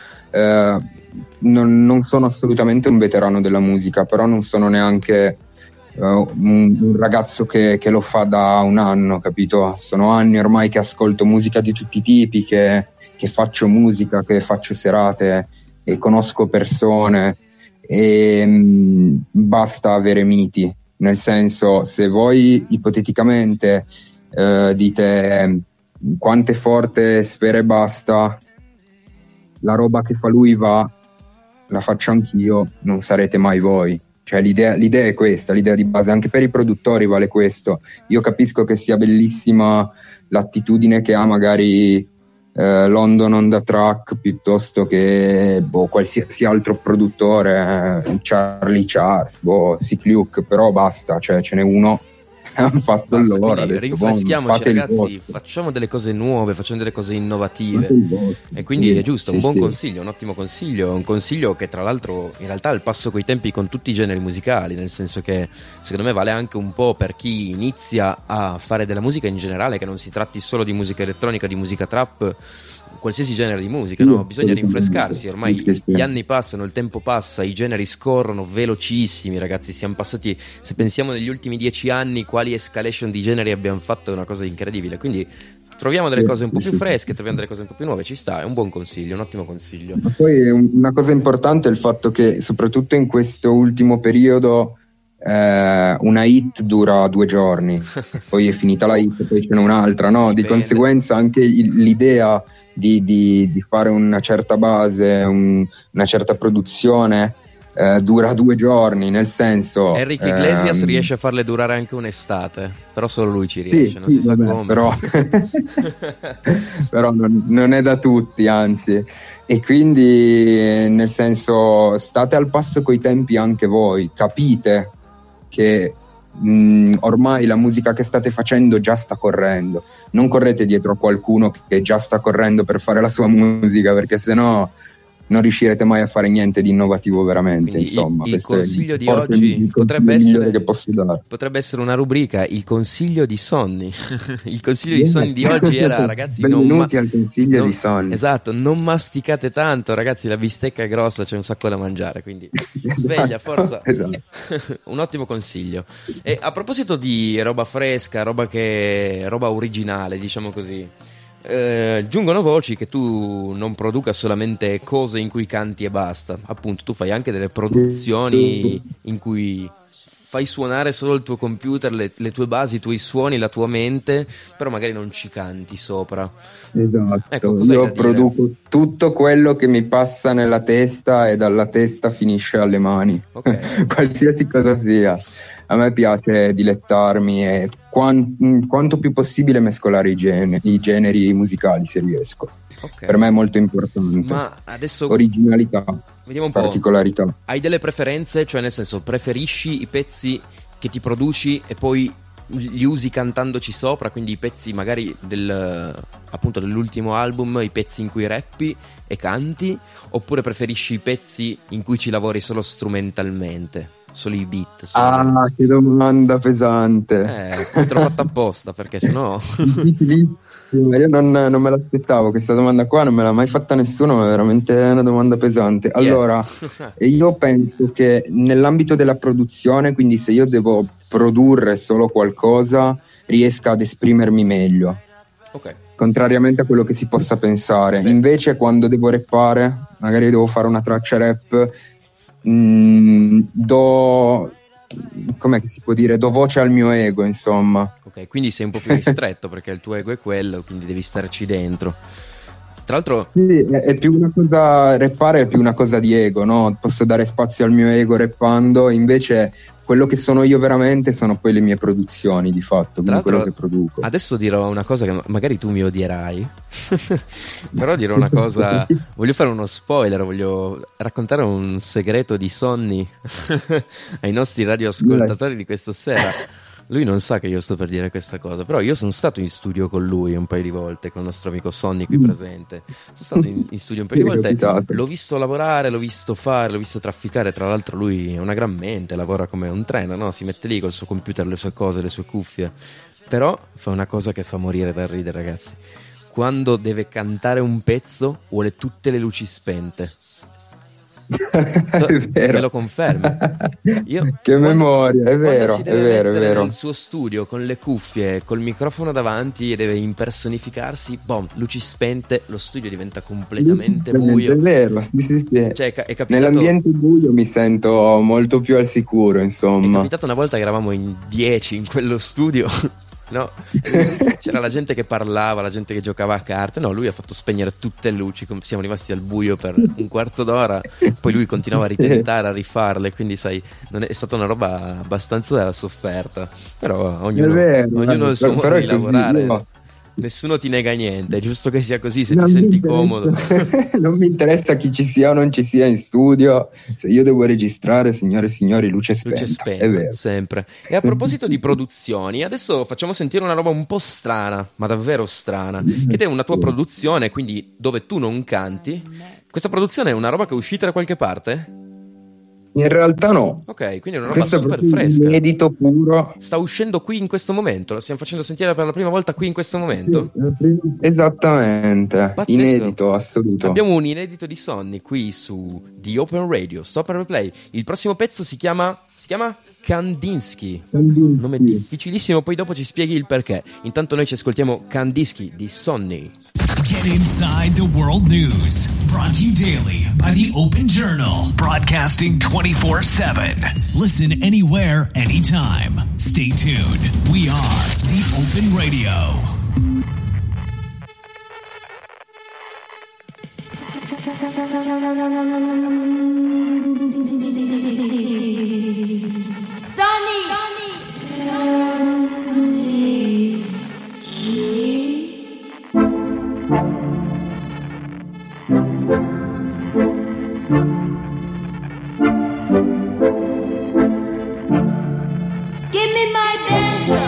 Speaker 4: non sono assolutamente un veterano della musica, però non sono neanche un ragazzo che lo fa da un anno, capito? Sono anni ormai che ascolto musica di tutti i tipi, che faccio musica, che faccio serate e conosco persone, e basta avere miti, nel senso, se voi ipoteticamente dite quanto è forte Sfera Ebbasta, la roba che fa lui la faccio anch'io, non sarete mai voi. Cioè l'idea è questa, l'idea di base, anche per i produttori vale questo. Io capisco che sia bellissima l'attitudine che ha magari London on the Track piuttosto che qualsiasi altro produttore, Charlie Charles, Sick Luke, però basta, cioè ce n'è uno, hanno fatto il loro, adesso
Speaker 2: rinfreschiamoci ragazzi, facciamo delle cose nuove, facciamo delle cose innovative, e quindi è giusto, un buon consiglio, un ottimo consiglio, un consiglio che tra l'altro in realtà è al passo coi tempi con tutti i generi musicali, nel senso che secondo me vale anche un po' per chi inizia a fare della musica in generale, che non si tratti solo di musica elettronica, di musica trap, qualsiasi genere di musica, no? Bisogna rinfrescarsi, ormai gli anni passano, il tempo passa, i generi scorrono velocissimi, ragazzi, siamo passati, se pensiamo negli ultimi 10 anni quali escalation di generi abbiamo fatto, è una cosa incredibile, quindi troviamo delle cose un po' più fresche, troviamo delle cose un po' più nuove, ci sta, è un buon consiglio, un ottimo consiglio.
Speaker 4: Ma poi una cosa importante è il fatto che soprattutto in questo ultimo periodo una hit dura 2 giorni, poi è finita la hit, poi ce n'è un'altra, no? Di conseguenza anche l'idea di fare una certa base, una certa produzione dura 2 giorni, nel senso
Speaker 2: Enrique Iglesias riesce a farle durare anche un'estate, però solo lui ci riesce, non si sa come,
Speaker 4: però non è da tutti, anzi, e quindi nel senso state al passo coi tempi anche voi, capite che ormai la musica che state facendo già sta correndo, non correte dietro a qualcuno che già sta correndo per fare la sua musica, perché sennò non riuscirete mai a fare niente di innovativo veramente. Quindi insomma,
Speaker 2: il consiglio di oggi potrebbe essere una rubrica, il consiglio di Sonny. Il consiglio di Sonny di oggi era, ragazzi,
Speaker 4: benvenuti al consiglio di Sonny.
Speaker 2: Esatto, non masticate tanto, ragazzi, la bistecca è grossa, c'è un sacco da mangiare, quindi sveglia, forza.
Speaker 4: Esatto.
Speaker 2: Un ottimo consiglio. E a proposito di roba fresca, roba originale, diciamo così, giungono voci che tu non produca solamente cose in cui canti e basta, appunto tu fai anche delle produzioni in cui fai suonare solo il tuo computer, le tue basi, i tuoi suoni, la tua mente, però magari non ci canti sopra.
Speaker 4: Esatto,
Speaker 2: ecco,
Speaker 4: io produco tutto quello che mi passa nella testa e dalla testa finisce alle mani, qualsiasi cosa sia. A me piace dilettarmi e quanto più possibile mescolare i generi musicali, se riesco. Per me è molto importante.
Speaker 2: Ma adesso
Speaker 4: originalità,
Speaker 2: vediamo un po'.
Speaker 4: Particolarità.
Speaker 2: Hai delle preferenze? Cioè, nel senso, preferisci i pezzi che ti produci e poi li usi cantandoci sopra, quindi i pezzi magari appunto dell'ultimo album, i pezzi in cui rappi e canti, oppure preferisci i pezzi in cui ci lavori solo strumentalmente? Solo i beat.
Speaker 4: Che domanda pesante.
Speaker 2: Te l'ho fatta apposta, perché sennò
Speaker 4: io non me l'aspettavo, questa domanda qua non me l'ha mai fatta nessuno, ma è veramente una domanda pesante. Allora, io penso che nell'ambito della produzione, quindi se io devo produrre solo qualcosa, riesca ad esprimermi meglio. Contrariamente a quello che si possa pensare. Invece quando devo rappare, magari devo fare una traccia rap, com'è che si può dire, do voce al mio ego, insomma.
Speaker 2: Quindi sei un po' più ristretto perché il tuo ego è quello, quindi devi starci dentro. Tra l'altro
Speaker 4: sì, è più una cosa, rappare è più una cosa di ego, no? Posso dare spazio al mio ego rappando, invece quello che sono io veramente sono poi le mie produzioni di fatto, quindi quello che produco.
Speaker 2: Adesso dirò una cosa che magari tu mi odierai, però dirò una cosa, voglio fare uno spoiler, voglio raccontare un segreto di Sonny ai nostri radioascoltatori di questa sera. Lui non sa che io sto per dire questa cosa, però io sono stato in studio con lui un paio di volte, con il nostro amico Sonny qui presente. Sono stato in studio un paio di volte, l'ho visto lavorare, l'ho visto fare, l'ho visto trafficare. Tra l'altro lui è una gran mente, lavora come un treno, no? Si mette lì col suo computer, le sue cose, le sue cuffie. Però fa una cosa che fa morire da ridere, ragazzi. Quando deve cantare un pezzo vuole tutte le luci spente.
Speaker 4: È vero.
Speaker 2: Me lo confermi?
Speaker 4: Che memoria, è vero,
Speaker 2: quando si deve
Speaker 4: è vero,
Speaker 2: mettere
Speaker 4: è vero.
Speaker 2: nel suo studio con le cuffie, col microfono davanti e deve impersonificarsi, luci spente, lo studio diventa completamente buio.
Speaker 4: È vero, sì.
Speaker 2: Cioè, è capitato,
Speaker 4: nell'ambiente buio mi sento molto più al sicuro,
Speaker 2: è
Speaker 4: insomma.
Speaker 2: capitato una volta che eravamo in 10 in quello studio. No, c'era la gente che parlava, la gente che giocava a carte. No, lui ha fatto spegnere tutte le luci. Siamo rimasti al buio per un quarto d'ora. Poi lui continuava a ritentare, a rifarle. Quindi, sai, è stata una roba abbastanza sofferta. Però ognuno ha il suo modo di lavorare.
Speaker 4: No.
Speaker 2: Nessuno ti nega niente, è giusto che sia così, se ti senti comodo.
Speaker 4: Non mi interessa chi ci sia o non ci sia in studio, se io devo registrare, signore e signori, luce spenta, è vero.
Speaker 2: Sempre. E a proposito di produzioni, adesso facciamo sentire una roba un po' strana, ma davvero strana, ed è una tua produzione, quindi dove tu non canti. Questa produzione è una roba che è uscita da qualche parte?
Speaker 4: In realtà no.
Speaker 2: Ok, quindi è una roba
Speaker 4: Questo
Speaker 2: super
Speaker 4: è
Speaker 2: fresca.
Speaker 4: un edito puro.
Speaker 2: Sta uscendo qui in questo momento, la stiamo facendo sentire per la prima volta qui in questo momento?
Speaker 4: Esattamente,
Speaker 2: Pazzesco.
Speaker 4: inedito, assoluto.
Speaker 2: Abbiamo un inedito di Sonny qui su The Open Radio, Stop and Replay. Il prossimo pezzo si chiama Kandinsky. Nome difficilissimo, poi dopo ci spieghi il perché. Intanto noi ci ascoltiamo Kandinsky di Sonny.
Speaker 1: Get inside the world news. Brought to you daily by the Open Journal. Broadcasting 24/7. Listen anywhere, anytime. Stay tuned. We are the Open Radio.
Speaker 5: Give me my Benzo.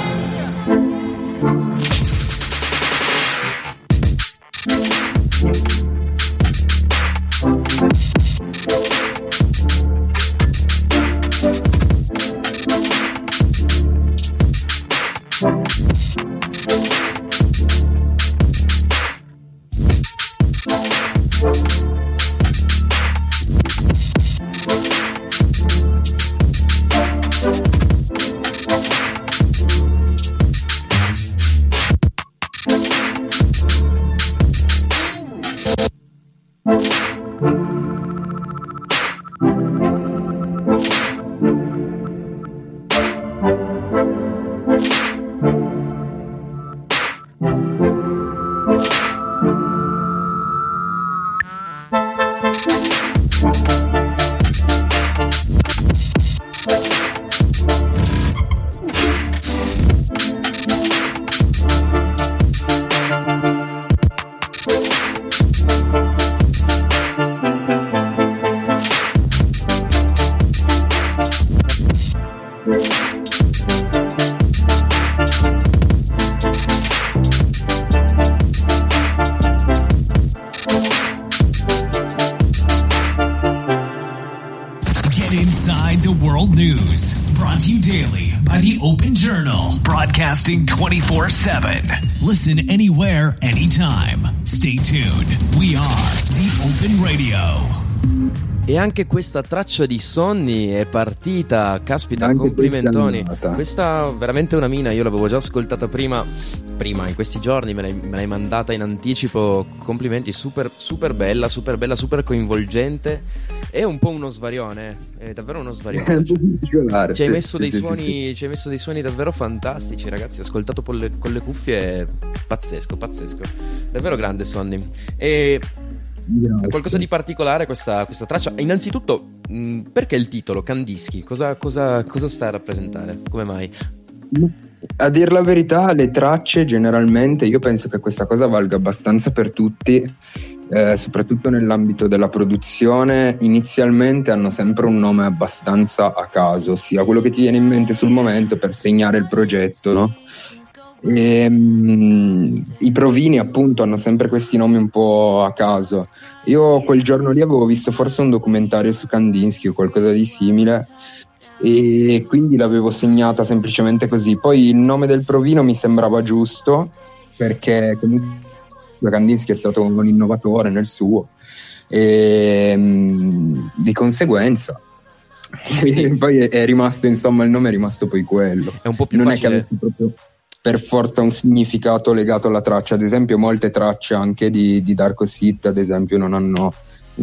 Speaker 1: Inside the world news, brought to you daily by the Open Journal, broadcasting 24/7. Listen anywhere, anytime. Stay tuned. We are the Open Radio.
Speaker 2: E anche questa traccia di Sonny è partita, caspita,
Speaker 4: Anche
Speaker 2: complimentoni.
Speaker 4: questa è
Speaker 2: Questa veramente una mina, io l'avevo già ascoltata prima in questi giorni, me l'hai mandata in anticipo, complimenti, super, super bella, super coinvolgente. È un po' uno svarione, è davvero uno svarione.
Speaker 4: È un po' particolare.
Speaker 2: Ci hai
Speaker 4: sì,
Speaker 2: messo
Speaker 4: sì,
Speaker 2: dei
Speaker 4: sì,
Speaker 2: suoni,
Speaker 4: sì.
Speaker 2: ci hai messo dei suoni davvero fantastici, ragazzi. Ascoltato con le cuffie, pazzesco. Davvero grande Sonny. E
Speaker 4: Grazie.
Speaker 2: qualcosa di particolare questa traccia. Innanzitutto, perché il titolo Candischi? Cosa sta a rappresentare? Come mai?
Speaker 4: A dir la verità, le tracce generalmente io penso che questa cosa valga abbastanza per tutti, soprattutto nell'ambito della produzione. Inizialmente hanno sempre un nome abbastanza a caso, ossia quello che ti viene in mente sul momento per segnare il progetto, no? I provini appunto hanno sempre questi nomi un po' a caso. Io quel giorno lì avevo visto forse un documentario su Kandinsky o qualcosa di simile, e quindi l'avevo segnata semplicemente così. Poi il nome del provino mi sembrava giusto, perché comunque Kandinsky è stato un innovatore nel suo, e di conseguenza poi è rimasto, insomma, il nome è rimasto poi quello.
Speaker 2: È un po' più
Speaker 4: non
Speaker 2: facile.
Speaker 4: è che avesse proprio per forza un significato legato alla traccia. Ad esempio molte tracce anche di Darko Sit, ad esempio, non hanno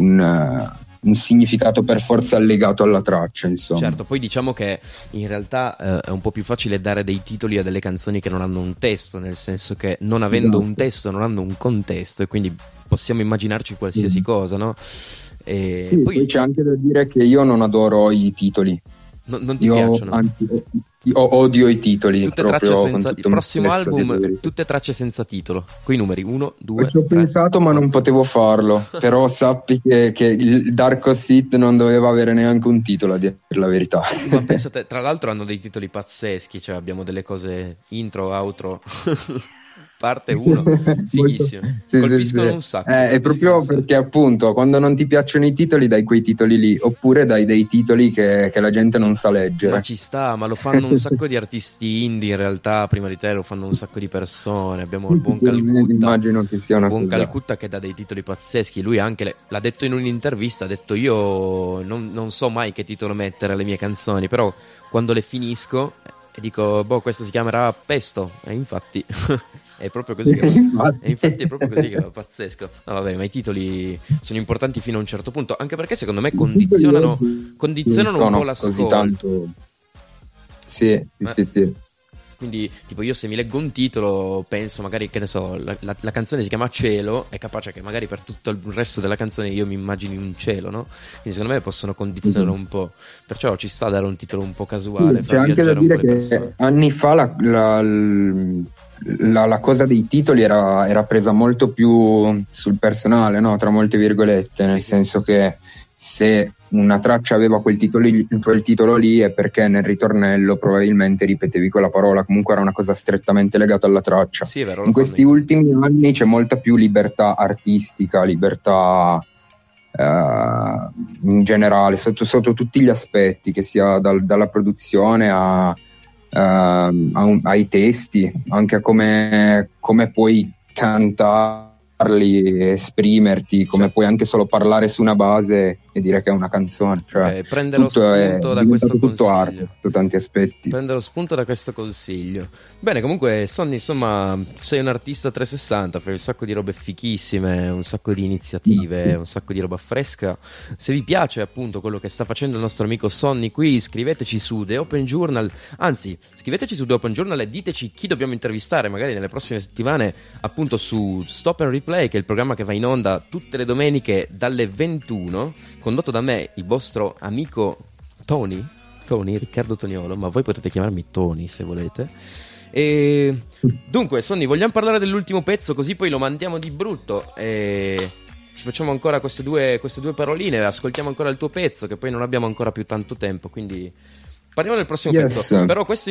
Speaker 4: un significato per forza legato alla traccia, insomma.
Speaker 2: Certo, poi diciamo che in realtà è un po' più facile dare dei titoli a delle canzoni che non hanno un testo, nel senso che non avendo un testo non hanno un contesto, e quindi possiamo immaginarci qualsiasi cosa, no? E
Speaker 4: Sì, poi c'è anche da dire che io non adoro i titoli.
Speaker 2: non ti piacciono?
Speaker 4: Anzi, io odio i titoli.
Speaker 2: Tutte
Speaker 4: proprio
Speaker 2: tracce
Speaker 4: con
Speaker 2: senza
Speaker 4: tutto
Speaker 2: il
Speaker 4: me
Speaker 2: prossimo
Speaker 4: stesso, devo
Speaker 2: album,
Speaker 4: dire.
Speaker 2: tutte tracce senza titolo, coi numeri 1, 2,
Speaker 4: Ci ho
Speaker 2: 3.
Speaker 4: pensato, ma non potevo farlo. Però sappi che il Darko Sit non doveva avere neanche un titolo, a dire la verità.
Speaker 2: Ma pensate, tra l'altro hanno dei titoli pazzeschi, cioè abbiamo delle cose intro, outro, parte 1, fighissimo.
Speaker 4: Sì,
Speaker 2: Colpiscono
Speaker 4: sì.
Speaker 2: un sacco.
Speaker 4: È proprio perché appunto quando non ti piacciono i titoli dai quei titoli lì, oppure dai dei titoli che la gente non sa leggere.
Speaker 2: Ma ci sta, ma lo fanno un sacco di artisti indie in realtà, prima di te lo fanno un sacco di persone. Abbiamo il buon Calcutta.
Speaker 4: Immagino che sia una
Speaker 2: buon
Speaker 4: cosa.
Speaker 2: Calcutta che dà dei titoli pazzeschi. Lui anche l'ha detto in un'intervista, ha detto io non so mai che titolo mettere alle mie canzoni, però quando le finisco e dico questa si chiamerà Pesto, e infatti è proprio così che infatti è proprio così che va, pazzesco. No vabbè, ma i titoli sono importanti fino a un certo punto, anche perché secondo me condizionano un po' l'ascolto.
Speaker 4: Così tanto. Sì.
Speaker 2: Quindi tipo io se mi leggo un titolo penso magari, che ne so, la canzone si chiama Cielo, è capace che magari per tutto il resto della canzone io mi immagini un cielo, no? Quindi secondo me possono condizionare un po', perciò ci sta a dare un titolo un po' casuale.
Speaker 4: C'è anche da dire che anni fa la cosa dei titoli era presa molto più sul personale, no? Tra molte virgolette, nel senso che se una traccia aveva quel titolo lì è perché nel ritornello probabilmente ripetevi quella parola, comunque era una cosa strettamente legata alla traccia.
Speaker 2: Sì, è vero,
Speaker 4: in questi ultimi anni c'è molta più libertà artistica, libertà in generale sotto tutti gli aspetti, che sia dalla produzione ai testi, anche a come puoi cantarli, esprimerti, come puoi anche solo parlare su una base e dire che è una canzone, cioè
Speaker 2: prende lo spunto da questo
Speaker 4: tutto arte,
Speaker 2: consiglio,
Speaker 4: sotto tanti aspetti.
Speaker 2: prende lo spunto da questo consiglio. Bene, comunque Sonny, insomma, sei un artista 360, fai un sacco di robe fichissime, un sacco di iniziative, un sacco di roba fresca. Se vi piace appunto quello che sta facendo il nostro amico Sonny qui, scriveteci su The Open Journal, anzi scriveteci su The Open Journal e diteci chi dobbiamo intervistare magari nelle prossime settimane, appunto su Stop and Replay, che è il programma che va in onda tutte le domeniche dalle 21, condotto da me, il vostro amico Tony, Riccardo Toniolo, ma voi potete chiamarmi Tony se volete. E dunque, Sonny, vogliamo parlare dell'ultimo pezzo, così poi lo mandiamo di brutto e ci facciamo ancora queste due paroline, ascoltiamo ancora il tuo pezzo, che poi non abbiamo ancora più tanto tempo, quindi parliamo del prossimo pezzo. Però questo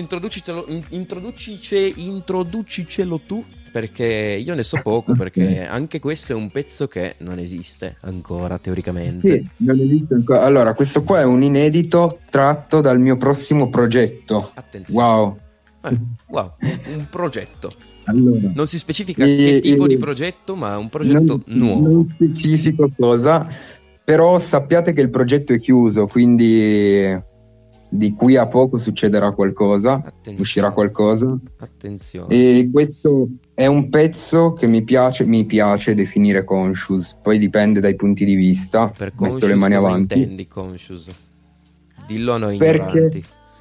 Speaker 2: introducicelo tu, perché io ne so poco, perché anche questo è un pezzo che non esiste ancora teoricamente.
Speaker 4: Sì, non esiste ancora. Allora, questo qua è un inedito tratto dal mio prossimo progetto.
Speaker 2: Attenzione.
Speaker 4: Wow,
Speaker 2: un progetto.
Speaker 4: Allora,
Speaker 2: Non si specifica che tipo di progetto, ma un progetto nuovo.
Speaker 4: Non specifico cosa, Però sappiate che il progetto è chiuso, quindi di qui a poco succederà qualcosa.
Speaker 2: Attenzione.
Speaker 4: Uscirà qualcosa.
Speaker 2: Attenzione.
Speaker 4: E questo è un pezzo che mi piace definire conscious, poi dipende dai punti di vista.
Speaker 2: Per
Speaker 4: metto
Speaker 2: conscious
Speaker 4: le mani
Speaker 2: cosa
Speaker 4: avanti.
Speaker 2: intendi conscious? Dillo a noi
Speaker 4: Perché-
Speaker 2: ignoranti.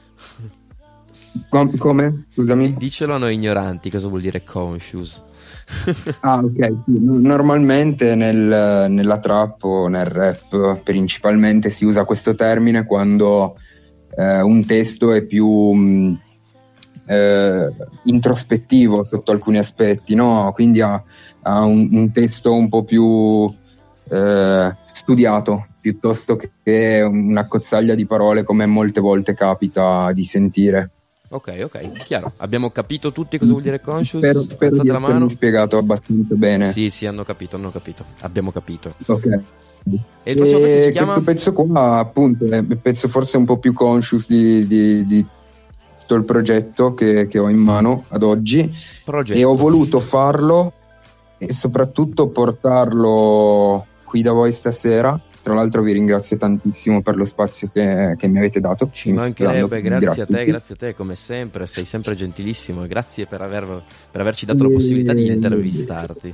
Speaker 4: Come? Scusami?
Speaker 2: Dicelo a noi ignoranti cosa vuol dire conscious.
Speaker 4: Ah, ok. Sì. Normalmente nella trap o nel rap principalmente si usa questo termine quando un testo è più introspettivo sotto alcuni aspetti, no? Quindi ha un testo un po' più studiato piuttosto che una cozzaglia di parole come molte volte capita di sentire.
Speaker 2: Ok, chiaro. Abbiamo capito tutti cosa vuol dire conscious.
Speaker 4: Spero
Speaker 2: Alzate
Speaker 4: di
Speaker 2: la mano.
Speaker 4: essermi spiegato abbastanza bene.
Speaker 2: Sì, hanno capito. Abbiamo capito.
Speaker 4: Ok.
Speaker 2: E il prossimo pezzo si chiama?
Speaker 4: Questo pezzo qua, appunto, è il pezzo forse un po' più conscious di tutto il progetto che ho in mano ad oggi.
Speaker 2: Progetto.
Speaker 4: E ho voluto farlo e soprattutto portarlo qui da voi stasera. Tra l'altro vi ringrazio tantissimo per lo spazio che mi avete dato.
Speaker 2: Ci
Speaker 4: Mi state
Speaker 2: mancherebbe,
Speaker 4: dando.
Speaker 2: grazie a te come sempre, sei sempre gentilissimo e grazie per averci dato la possibilità di intervistarti.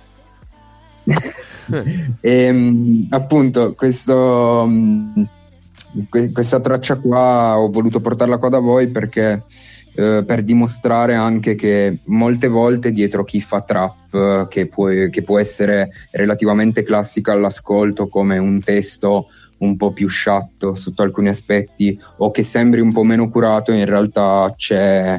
Speaker 4: E, appunto questa traccia qua ho voluto portarla qua da voi perché per dimostrare anche che molte volte dietro chi fa trap che può essere relativamente classica all'ascolto, come un testo un po' più sciatto sotto alcuni aspetti o che sembri un po' meno curato, in realtà c'è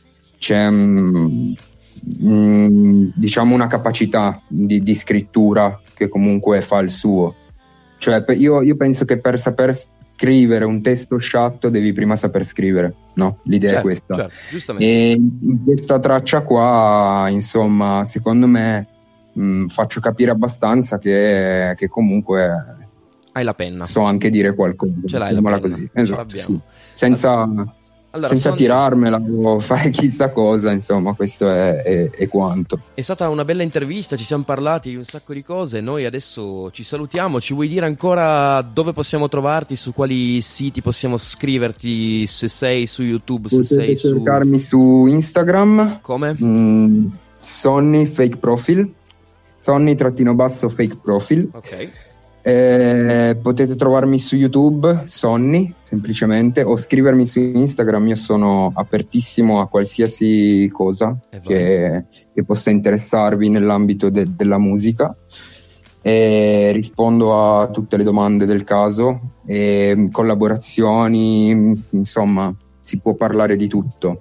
Speaker 4: diciamo una capacità di scrittura che comunque fa il suo. Cioè io penso che per saper scrivere un testo sciatto devi prima saper scrivere, no? L'idea è questa.
Speaker 2: Certo, giustamente.
Speaker 4: E in questa traccia qua, insomma, secondo me faccio capire abbastanza che comunque
Speaker 2: Hai la penna.
Speaker 4: so anche dire qualcosa.
Speaker 2: Ce l'hai la
Speaker 4: Mettiamola
Speaker 2: penna.
Speaker 4: così.
Speaker 2: Ce
Speaker 4: Esatto,
Speaker 2: l'abbiamo.
Speaker 4: sì. Senza
Speaker 2: Sonny,
Speaker 4: tirarmela o fare chissà cosa, insomma, questo è quanto.
Speaker 2: è stata una bella intervista, ci siamo parlati di un sacco di cose. Noi adesso ci salutiamo. Ci vuoi dire ancora dove possiamo trovarti, su quali siti possiamo scriverti, se sei su YouTube, se
Speaker 4: Potete
Speaker 2: sei su...
Speaker 4: cercarmi su Instagram,
Speaker 2: Come?
Speaker 4: Sonny Fake Profile, Sonny_fake profile.
Speaker 2: Ok.
Speaker 4: Potete trovarmi su YouTube, Sonny, semplicemente, o scrivermi su Instagram. Io sono apertissimo a qualsiasi cosa che possa interessarvi nell'ambito della musica, e rispondo a tutte le domande del caso, e collaborazioni, insomma, si può parlare di tutto.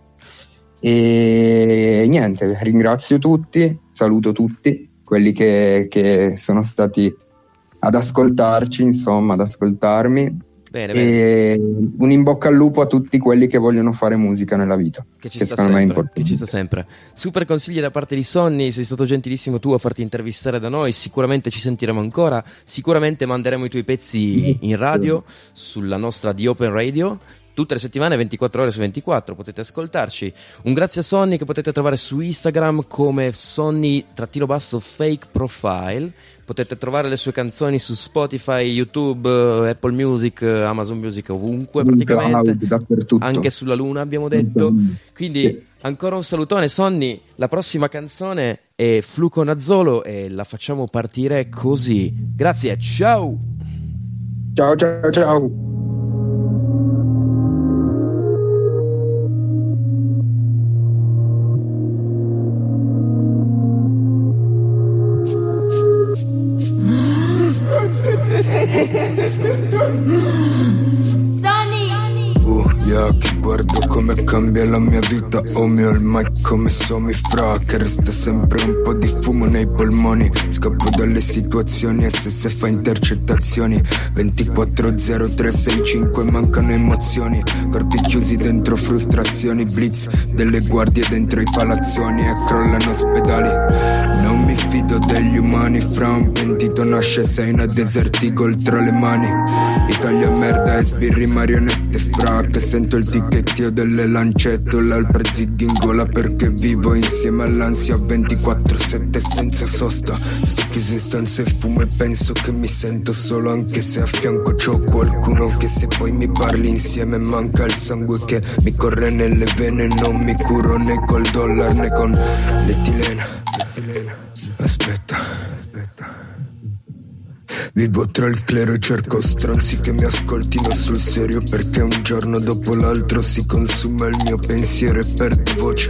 Speaker 4: E niente, ringrazio tutti, saluto tutti quelli che sono stati ad ascoltarci, insomma, ad ascoltarmi.
Speaker 2: Bene.
Speaker 4: E un in bocca al lupo a tutti quelli che vogliono fare musica nella vita,
Speaker 2: Che ci
Speaker 4: secondo me è importante.
Speaker 2: che ci sta sempre. Super consigli da parte di Sonny, sei stato gentilissimo tu a farti intervistare da noi, sicuramente ci sentiremo ancora, sicuramente manderemo i tuoi pezzi in radio, sulla nostra The Open Radio, tutte le settimane 24 ore su 24, potete ascoltarci. Un grazie a Sonny che potete trovare su Instagram come Sonny_fake profile. Potete trovare le sue canzoni su Spotify, YouTube, Apple Music, Amazon Music, ovunque praticamente,
Speaker 4: Cloud, dappertutto.
Speaker 2: anche sulla Luna abbiamo detto. Quindi ancora un salutone Sonny, la prossima canzone è Fluco Nazzolo e la facciamo partire così. Grazie, ciao!
Speaker 4: Ciao ciao ciao.
Speaker 5: Sonny,
Speaker 3: Gli occhi guardo come cambia la mia vita. Oh mio, il mic come so mi fra, che resta sempre un po' di fumo nei polmoni. Scappo dalle situazioni, SS fa intercettazioni. 240365 mancano emozioni. Corpi chiusi dentro frustrazioni. Blitz delle guardie dentro i palazzoni e crollano ospedali. Non mi fido degli umani. Fra un pentito nasce, sei una desert eagle tra le mani. Italia merda e sbirri marionette. Fra che sento il ticchettio delle lancette. L'alper zig in gola perché vivo insieme all'ansia 24/7 senza sosta. Sto chiuso in stanza e fumo e penso che mi sento solo, anche se a fianco c'ho qualcuno che se poi mi parli insieme manca il sangue che mi corre nelle vene. Non mi curo né col dollar né con l'etilena. Aspetta, vivo tra il clero e cerco stronzi che mi ascoltino sul serio, perché un giorno dopo l'altro si consuma il mio pensiero e perdo voce.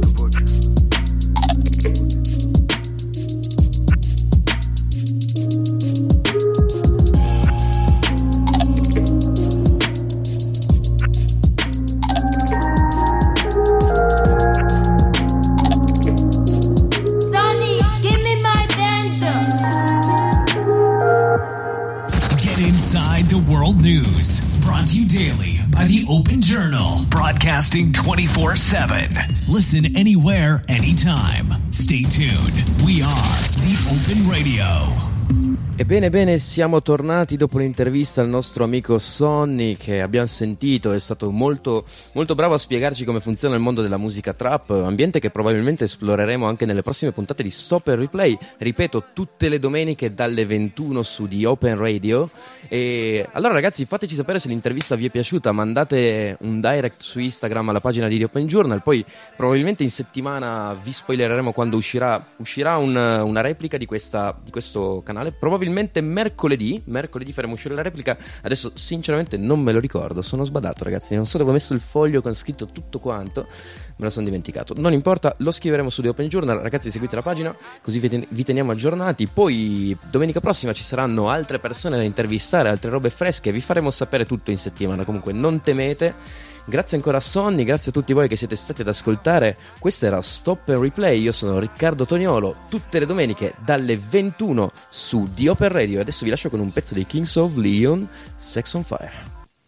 Speaker 1: News, brought to you daily by the Open Journal, broadcasting 24/7. Listen anywhere, anytime. Stay tuned. We are the Open Radio.
Speaker 2: Ebbene, siamo tornati dopo l'intervista al nostro amico Sonny, che abbiamo sentito, è stato molto, molto bravo a spiegarci come funziona il mondo della musica trap, ambiente che probabilmente esploreremo anche nelle prossime puntate di Stop and Replay, ripeto, tutte le domeniche dalle 21 su The Open Radio. E allora ragazzi, fateci sapere se l'intervista vi è piaciuta, mandate un direct su Instagram alla pagina di The Open Journal, poi probabilmente in settimana vi spoilereremo quando uscirà una replica di questo canale, probabilmente mercoledì faremo uscire la replica. Adesso sinceramente non me lo ricordo, sono sbadato ragazzi, non so dove ho messo il foglio con scritto tutto quanto, me lo sono dimenticato, non importa, lo scriveremo su The Open Journal. Ragazzi, seguite la pagina così vi teniamo aggiornati. Poi domenica prossima ci saranno altre persone da intervistare, altre robe fresche, vi faremo sapere tutto in settimana, comunque non temete. Grazie ancora a Sonny, grazie a tutti voi che siete stati ad ascoltare. Questo era Stop and Replay, io sono Riccardo Toniolo, tutte le domeniche dalle 21 su The Open Radio. E adesso vi lascio con un pezzo dei Kings of Leon, Sex on Fire.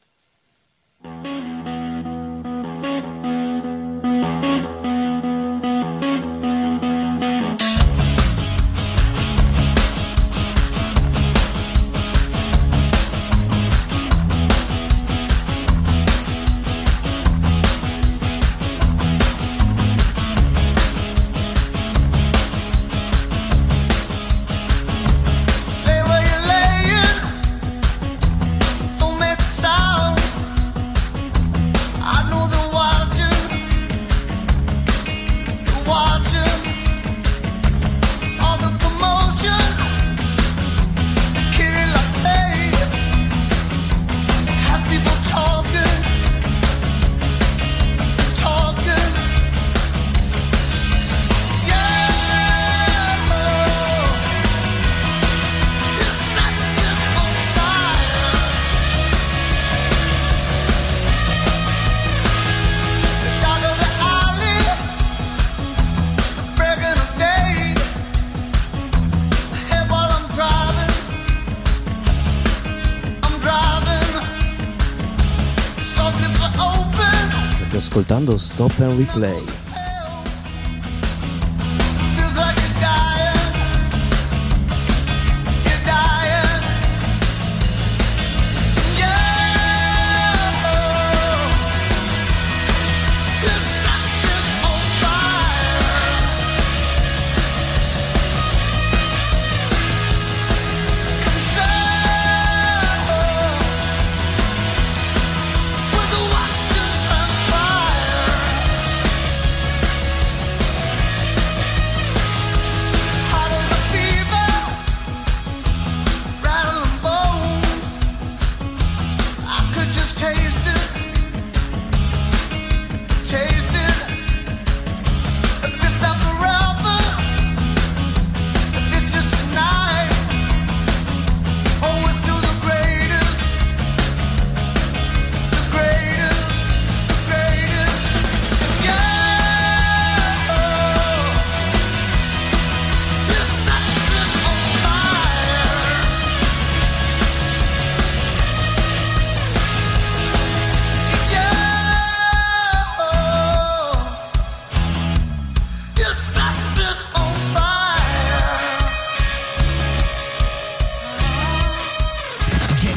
Speaker 2: Ascoltando Stop and Replay.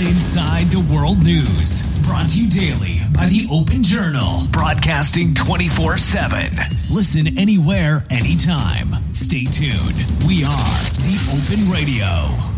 Speaker 1: inside the world news. Brought to you daily by the Open Journal. Broadcasting 24/7. Listen anywhere, anytime. Stay tuned. We are the Open Radio.